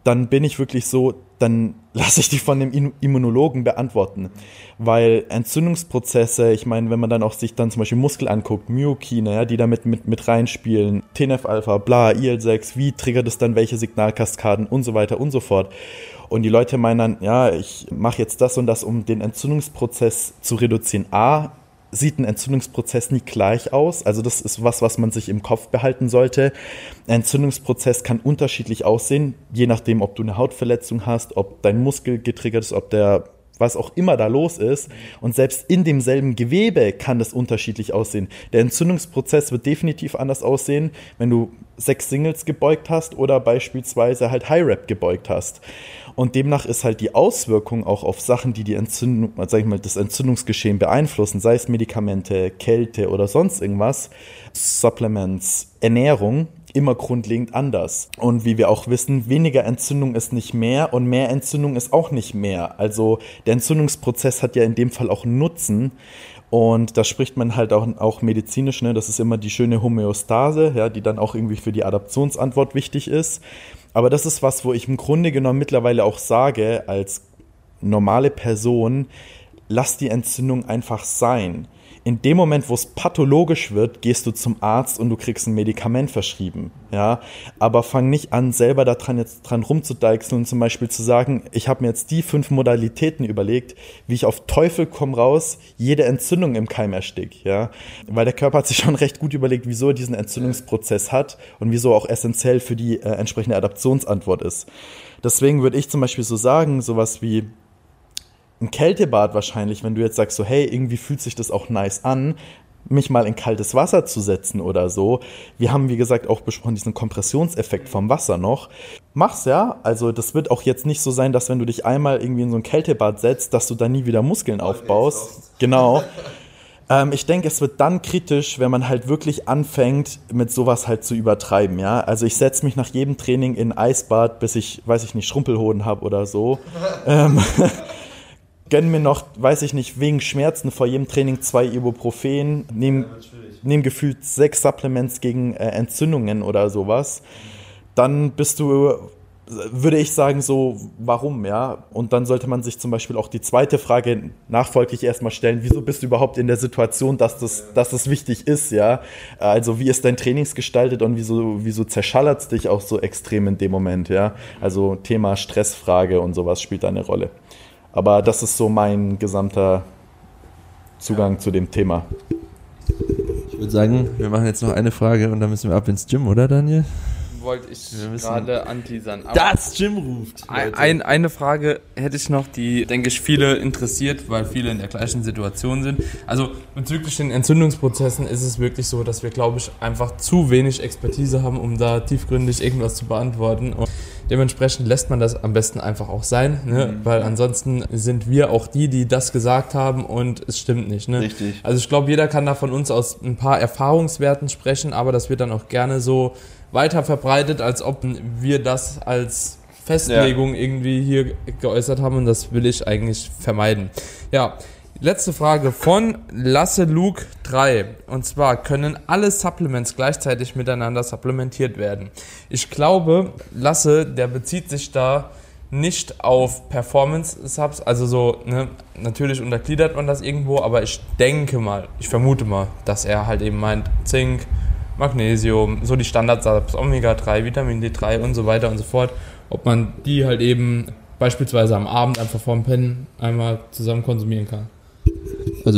dann bin ich wirklich so, dann lasse ich die von dem Immunologen beantworten. Weil Entzündungsprozesse, ich meine, wenn man dann auch sich dann zum Beispiel Muskel anguckt, Myokine, ja, die da mit reinspielen, TNF-Alpha, bla, IL-6, wie triggert es dann welche Signalkaskaden und so weiter und so fort. Und die Leute meinen dann, ja, ich mache jetzt das und das, um den Entzündungsprozess zu reduzieren. Sieht ein Entzündungsprozess nie gleich aus. Also das ist was man sich im Kopf behalten sollte. Ein Entzündungsprozess kann unterschiedlich aussehen, je nachdem, ob du eine Hautverletzung hast, ob dein Muskel getriggert ist, ob der, was auch immer da los ist. Und selbst in demselben Gewebe kann das unterschiedlich aussehen. Der Entzündungsprozess wird definitiv anders aussehen, wenn du 6 Singles gebeugt hast oder beispielsweise halt High Rep gebeugt hast. Und demnach ist halt die Auswirkung auch auf Sachen, die Entzündung, sag ich mal, das Entzündungsgeschehen beeinflussen, sei es Medikamente, Kälte oder sonst irgendwas, Supplements, Ernährung, immer grundlegend anders. Und wie wir auch wissen, weniger Entzündung ist nicht mehr und mehr Entzündung ist auch nicht mehr. Also der Entzündungsprozess hat ja in dem Fall auch einen Nutzen. Und da spricht man halt auch medizinisch, ne? Das ist immer die schöne Homöostase, ja, die dann auch irgendwie für die Adaptionsantwort wichtig ist. Aber das ist was, wo ich im Grunde genommen mittlerweile auch sage, als normale Person, lass die Entzündung einfach sein. In dem Moment, wo es pathologisch wird, gehst du zum Arzt und du kriegst ein Medikament verschrieben. Ja? Aber fang nicht an, selber dran rumzudeichseln und zum Beispiel zu sagen, ich habe mir jetzt die 5 Modalitäten überlegt, wie ich auf Teufel komm raus jede Entzündung im Keim erstick. Ja? Weil der Körper hat sich schon recht gut überlegt, wieso er diesen Entzündungsprozess hat und wieso auch essentiell für die entsprechende Adaptionsantwort ist. Deswegen würde ich zum Beispiel so sagen, sowas wie ein Kältebad wahrscheinlich, wenn du jetzt sagst so, hey, irgendwie fühlt sich das auch nice an, mich mal in kaltes Wasser zu setzen oder so. Wir haben, wie gesagt, auch besprochen diesen Kompressionseffekt vom Wasser noch. Mach's, ja. Also das wird auch jetzt nicht so sein, dass wenn du dich einmal irgendwie in so ein Kältebad setzt, dass du da nie wieder Muskeln aufbaust. Genau. Ich denke, es wird dann kritisch, wenn man halt wirklich anfängt, mit sowas halt zu übertreiben, ja. Also ich setze mich nach jedem Training in ein Eisbad, bis ich, weiß ich nicht, Schrumpelhoden habe oder so. Gönn mir noch, weiß ich nicht, wegen Schmerzen vor jedem Training 2 Ibuprofen, nehm gefühlt 6 Supplements gegen Entzündungen oder sowas. Dann bist du, würde ich sagen, so, warum, ja? Und dann sollte man sich zum Beispiel auch die zweite Frage nachfolglich erstmal stellen, wieso bist du überhaupt in der Situation, dass das wichtig ist, ja? Also wie ist dein Trainings gestaltet und wieso zerschallert es dich auch so extrem in dem Moment, ja? Also Thema Stressfrage und sowas spielt da eine Rolle. Aber das ist so mein gesamter Zugang zu dem Thema. Ich würde sagen, wir machen jetzt noch eine Frage und dann müssen wir ab ins Gym, oder Daniel? Wollte ich gerade anteasern. Das Gym ruft! Eine Frage hätte ich noch, die, denke ich, viele interessiert, weil viele in der gleichen Situation sind. Also bezüglich den Entzündungsprozessen ist es wirklich so, dass wir, glaube ich, einfach zu wenig Expertise haben, um da tiefgründig irgendwas zu beantworten. Und dementsprechend lässt man das am besten einfach auch sein, ne? Weil ansonsten sind wir auch die das gesagt haben und es stimmt nicht. Ne? Richtig. Also ich glaube, jeder kann da von uns aus ein paar Erfahrungswerten sprechen, aber das wird dann auch gerne so weiter verbreitet, als ob wir das als Festlegung irgendwie hier geäußert haben und das will ich eigentlich vermeiden. Ja, letzte Frage von Lasse Luke 3 und zwar, können alle Supplements gleichzeitig miteinander supplementiert werden? Ich glaube, Lasse, der bezieht sich da nicht auf Performance-Subs, also so, ne, natürlich untergliedert man das irgendwo, aber ich vermute mal, dass er halt eben meint, Zink, Magnesium, so die Standard-Subs, Omega-3, Vitamin D3 und so weiter und so fort, ob man die halt eben beispielsweise am Abend einfach vorm Pennen einmal zusammen konsumieren kann. Also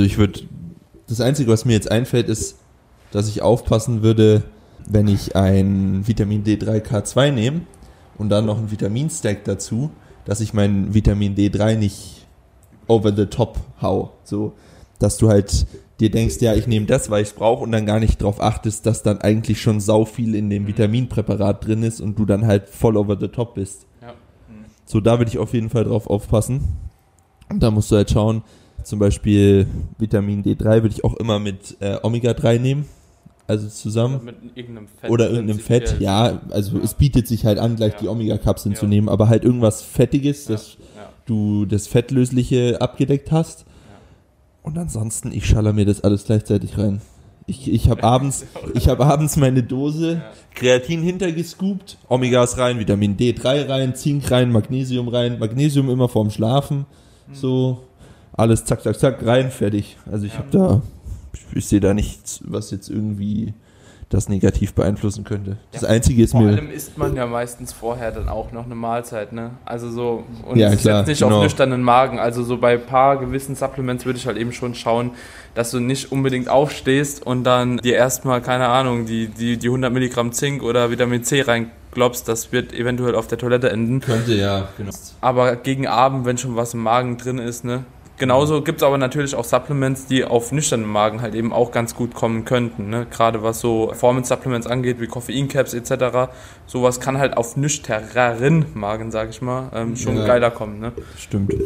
das Einzige, was mir jetzt einfällt, ist, dass ich aufpassen würde, wenn ich ein Vitamin D3 K2 nehme und dann noch einen Vitaminstack dazu, dass ich mein Vitamin D3 nicht over the top hau, so, dass du halt dir denkst, ja, ich nehme das, weil ich es brauche und dann gar nicht drauf achtest, dass dann eigentlich schon sau viel in dem Vitaminpräparat drin ist und du dann halt voll over the top bist. Ja. So, da würde ich auf jeden Fall drauf aufpassen. Und da musst du halt schauen, zum Beispiel Vitamin D3 würde ich auch immer mit Omega-3 nehmen, also zusammen. Oder mit irgendeinem Fett. Oder irgendeinem Fett, ja, also es bietet sich halt an, gleich die Omega-Kapseln zu nehmen, aber halt irgendwas Fettiges, dass du das Fettlösliche abgedeckt hast. Und ansonsten, ich schaller mir das alles gleichzeitig rein. Ich habe abends meine Dose Kreatin hintergescoopt, Omegas rein, Vitamin D3 rein, Zink rein, Magnesium rein, Magnesium immer vorm Schlafen, so alles zack, zack, zack, rein, fertig. Also ich sehe da nichts, was jetzt irgendwie das negativ beeinflussen könnte. Das Einzige ist vor allem isst man ja meistens vorher dann auch noch eine Mahlzeit, ne? Also so, und ja, es ist klar, jetzt nicht genau. auf nüchternen Magen. Also so bei ein paar gewissen Supplements würde ich halt eben schon schauen, dass du nicht unbedingt aufstehst und dann dir erstmal, keine Ahnung, die 100 Milligramm Zink oder Vitamin C reinklopst. Das wird eventuell auf der Toilette enden. Könnte, ja, genau. Aber gegen Abend, wenn schon was im Magen drin ist, ne? Genauso gibt es aber natürlich auch Supplements, die auf nüchternen Magen halt eben auch ganz gut kommen könnten. Ne? Gerade was so Performance-Supplements angeht, wie Koffeincaps etc. Sowas kann halt auf nüchternen Magen, sag ich mal, schon geiler kommen. Ne? Stimmt.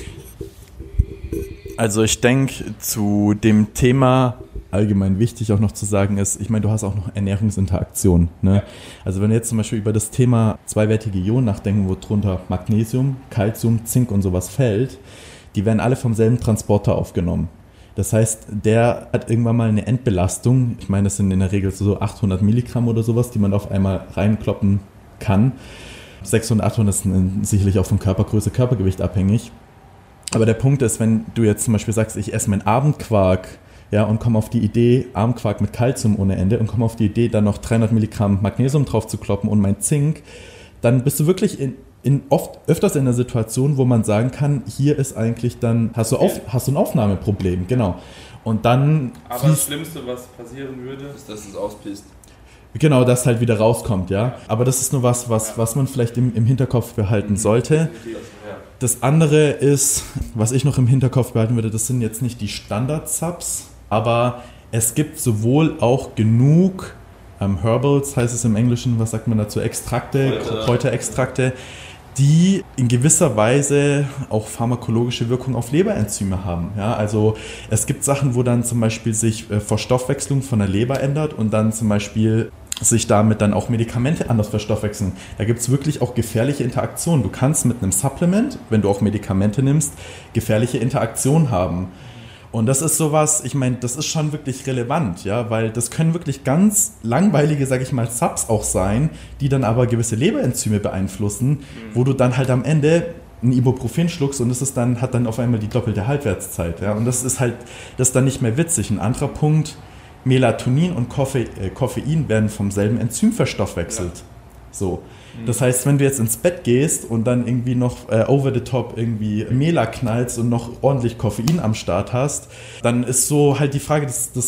Also ich denke, zu dem Thema allgemein wichtig auch noch zu sagen ist, ich meine, du hast auch noch Ernährungsinteraktion. Ne? Ja. Also wenn wir jetzt zum Beispiel über das Thema zweiwertige Ionen nachdenken, wo drunter Magnesium, Calcium, Zink und sowas fällt, die werden alle vom selben Transporter aufgenommen. Das heißt, der hat irgendwann mal eine Endbelastung. Ich meine, das sind in der Regel so 800 Milligramm oder sowas, die man auf einmal reinkloppen kann. 600, 800 sind sicherlich auch von Körpergröße, Körpergewicht abhängig. Aber der Punkt ist, wenn du jetzt zum Beispiel sagst, ich esse meinen Abendquark, ja, und komme auf die Idee, Abendquark mit Calcium ohne Ende, und komme auf die Idee, dann noch 300 Milligramm Magnesium drauf zu kloppen und mein Zink, dann bist du wirklich öfters in der Situation, wo man sagen kann, hier ist eigentlich dann, hast du ein Aufnahmeproblem, genau. Und dann aber das Schlimmste, was passieren würde, ist, dass es auspisst. Genau, das halt wieder rauskommt, ja. Aber das ist nur was man vielleicht im Hinterkopf behalten sollte. Das andere ist, was ich noch im Hinterkopf behalten würde, das sind jetzt nicht die Standard-Subs, aber es gibt sowohl auch genug Herbals, heißt es im Englischen, was sagt man dazu, Extrakte, Kräuterextrakte, die in gewisser Weise auch pharmakologische Wirkung auf Leberenzyme haben. Ja, also es gibt Sachen, wo dann zum Beispiel sich Verstoffwechslung von der Leber ändert und dann zum Beispiel sich damit dann auch Medikamente anders verstoffwechseln. Da gibt es wirklich auch gefährliche Interaktionen. Du kannst mit einem Supplement, wenn du auch Medikamente nimmst, gefährliche Interaktionen haben. Und das ist sowas, ich meine, das ist schon wirklich relevant, ja, weil das können wirklich ganz langweilige, sag ich mal, Subs auch sein, die dann aber gewisse Leberenzyme beeinflussen, wo du dann halt am Ende ein Ibuprofen schluckst und hat dann auf einmal die doppelte Halbwertszeit, ja, und das ist dann nicht mehr witzig. Ein anderer Punkt, Melatonin und Koffein werden vom selben Enzym verstoffwechselt. Ja. So. Das heißt, wenn du jetzt ins Bett gehst und dann irgendwie noch over the top irgendwie Mela knallst und noch ordentlich Koffein am Start hast, dann ist so halt die Frage,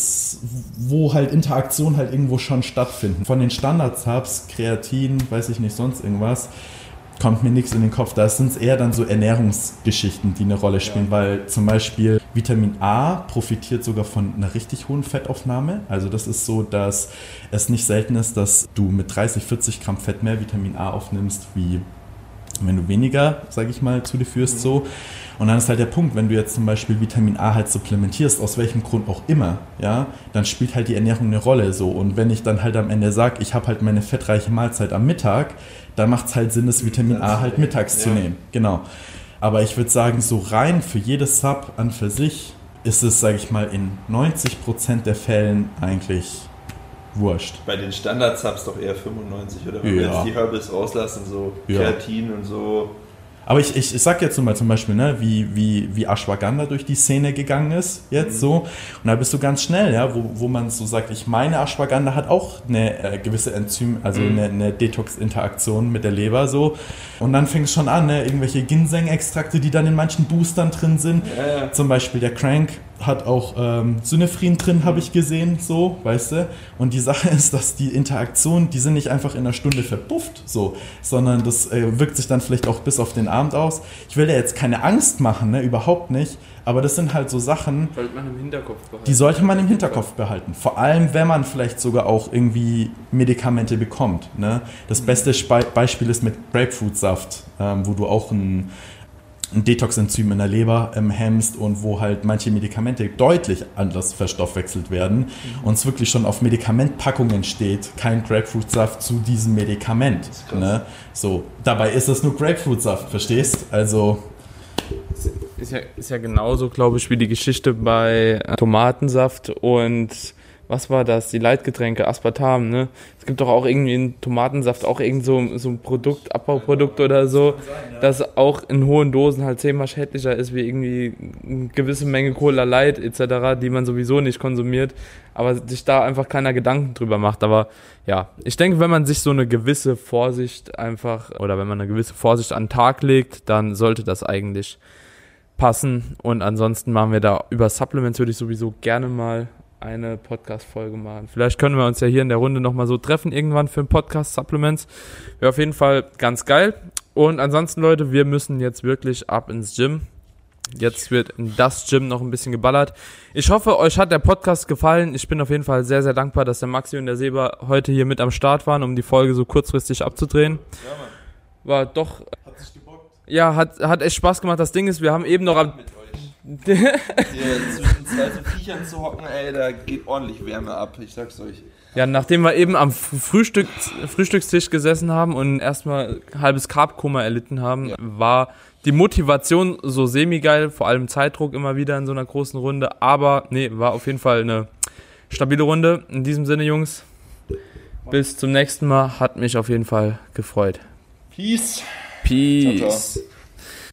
wo halt Interaktionen halt irgendwo schon stattfinden. Von den Standard-Subs, Kreatin, weiß ich nicht, sonst irgendwas, kommt mir nichts in den Kopf. Da sind es eher dann so Ernährungsgeschichten, die eine Rolle spielen, weil zum Beispiel Vitamin A profitiert sogar von einer richtig hohen Fettaufnahme. Also das ist so, dass es nicht selten ist, dass du mit 30, 40 Gramm Fett mehr Vitamin A aufnimmst, wie wenn du weniger, sage ich mal, zu dir führst. So. Und dann ist halt der Punkt, wenn du jetzt zum Beispiel Vitamin A halt supplementierst, aus welchem Grund auch immer, ja, dann spielt halt die Ernährung eine Rolle. So. Und wenn ich dann halt am Ende sage, ich habe halt meine fettreiche Mahlzeit am Mittag, dann macht es halt Sinn, das Vitamin A halt mittags zu nehmen. Genau. Aber ich würde sagen, so rein für jedes Sub an für sich ist es, sage ich mal, in 90% der Fällen eigentlich wurscht. Bei den Standard-Subs doch eher 95, oder? Wenn wir jetzt die Herbals rauslassen, so Kreatin und so. Aber ich sag jetzt mal zum Beispiel, ne, wie Ashwagandha durch die Szene gegangen ist jetzt so. Und da bist du ganz schnell, ja, wo man so sagt, ich meine, Ashwagandha hat auch eine gewisse Enzym, also eine Detox-Interaktion mit der Leber so. Und dann fängt es schon an, ne, irgendwelche Ginseng-Extrakte, die dann in manchen Boostern drin sind. Ja. Zum Beispiel der Crank hat auch Synephrine drin, habe ich gesehen, so, weißt du. Und die Sache ist, dass die Interaktionen, die sind nicht einfach in einer Stunde verbufft, so, sondern das wirkt sich dann vielleicht auch bis auf den Abend aus. Ich will dir jetzt keine Angst machen, ne, überhaupt nicht, aber das sind halt so Sachen, die sollte man im Hinterkopf behalten. Vor allem, wenn man vielleicht sogar auch irgendwie Medikamente bekommt, ne. Das beste Beispiel ist mit Grapefruitsaft, wo du auch ein Detox-Enzym in der Leber hemmst und wo halt manche Medikamente deutlich anders verstoffwechselt werden und es wirklich schon auf Medikamentpackungen steht, kein Grapefruitsaft zu diesem Medikament. Ne? So, dabei ist es nur Grapefruitsaft, verstehst? Also ist ja genauso, glaube ich, wie die Geschichte bei Tomatensaft und was war das? Die Leitgetränke, Aspartam, ne? Es gibt doch auch irgendwie in Tomatensaft auch irgend so ein Produkt, Abbauprodukt oder so, das auch in hohen Dosen halt 10-mal schädlicher ist wie irgendwie eine gewisse Menge Cola Light etc., die man sowieso nicht konsumiert, aber sich da einfach keiner Gedanken drüber macht. Aber ja, ich denke, wenn man sich so eine gewisse Vorsicht einfach, oder wenn man eine gewisse Vorsicht an den Tag legt, dann sollte das eigentlich passen. Und ansonsten machen wir da über Supplements, würde ich sowieso gerne mal eine Podcast-Folge machen. Vielleicht können wir uns ja hier in der Runde nochmal so treffen irgendwann für einen Podcast Supplements. Wäre auf jeden Fall ganz geil. Und ansonsten, Leute, wir müssen jetzt wirklich ab ins Gym. Jetzt wird in das Gym noch ein bisschen geballert. Ich hoffe, euch hat der Podcast gefallen. Ich bin auf jeden Fall sehr, sehr dankbar, dass der Maxi und der Seba heute hier mit am Start waren, um die Folge so kurzfristig abzudrehen. Ja, Mann. War doch... Hat sich gebockt. Ja, hat echt Spaß gemacht. Das Ding ist, wir haben eben noch am... Hier zwischen zwei so Viechern zu hocken, ey, da geht ordentlich Wärme ab, ich sag's euch. Ja, nachdem wir eben am Frühstückstisch gesessen haben und erstmal ein halbes Carb-Koma erlitten haben, war die Motivation so semi-geil, vor allem Zeitdruck immer wieder in so einer großen Runde, aber nee, war auf jeden Fall eine stabile Runde. In diesem Sinne, Jungs, bis zum nächsten Mal, hat mich auf jeden Fall gefreut. Peace. Ciao, ciao.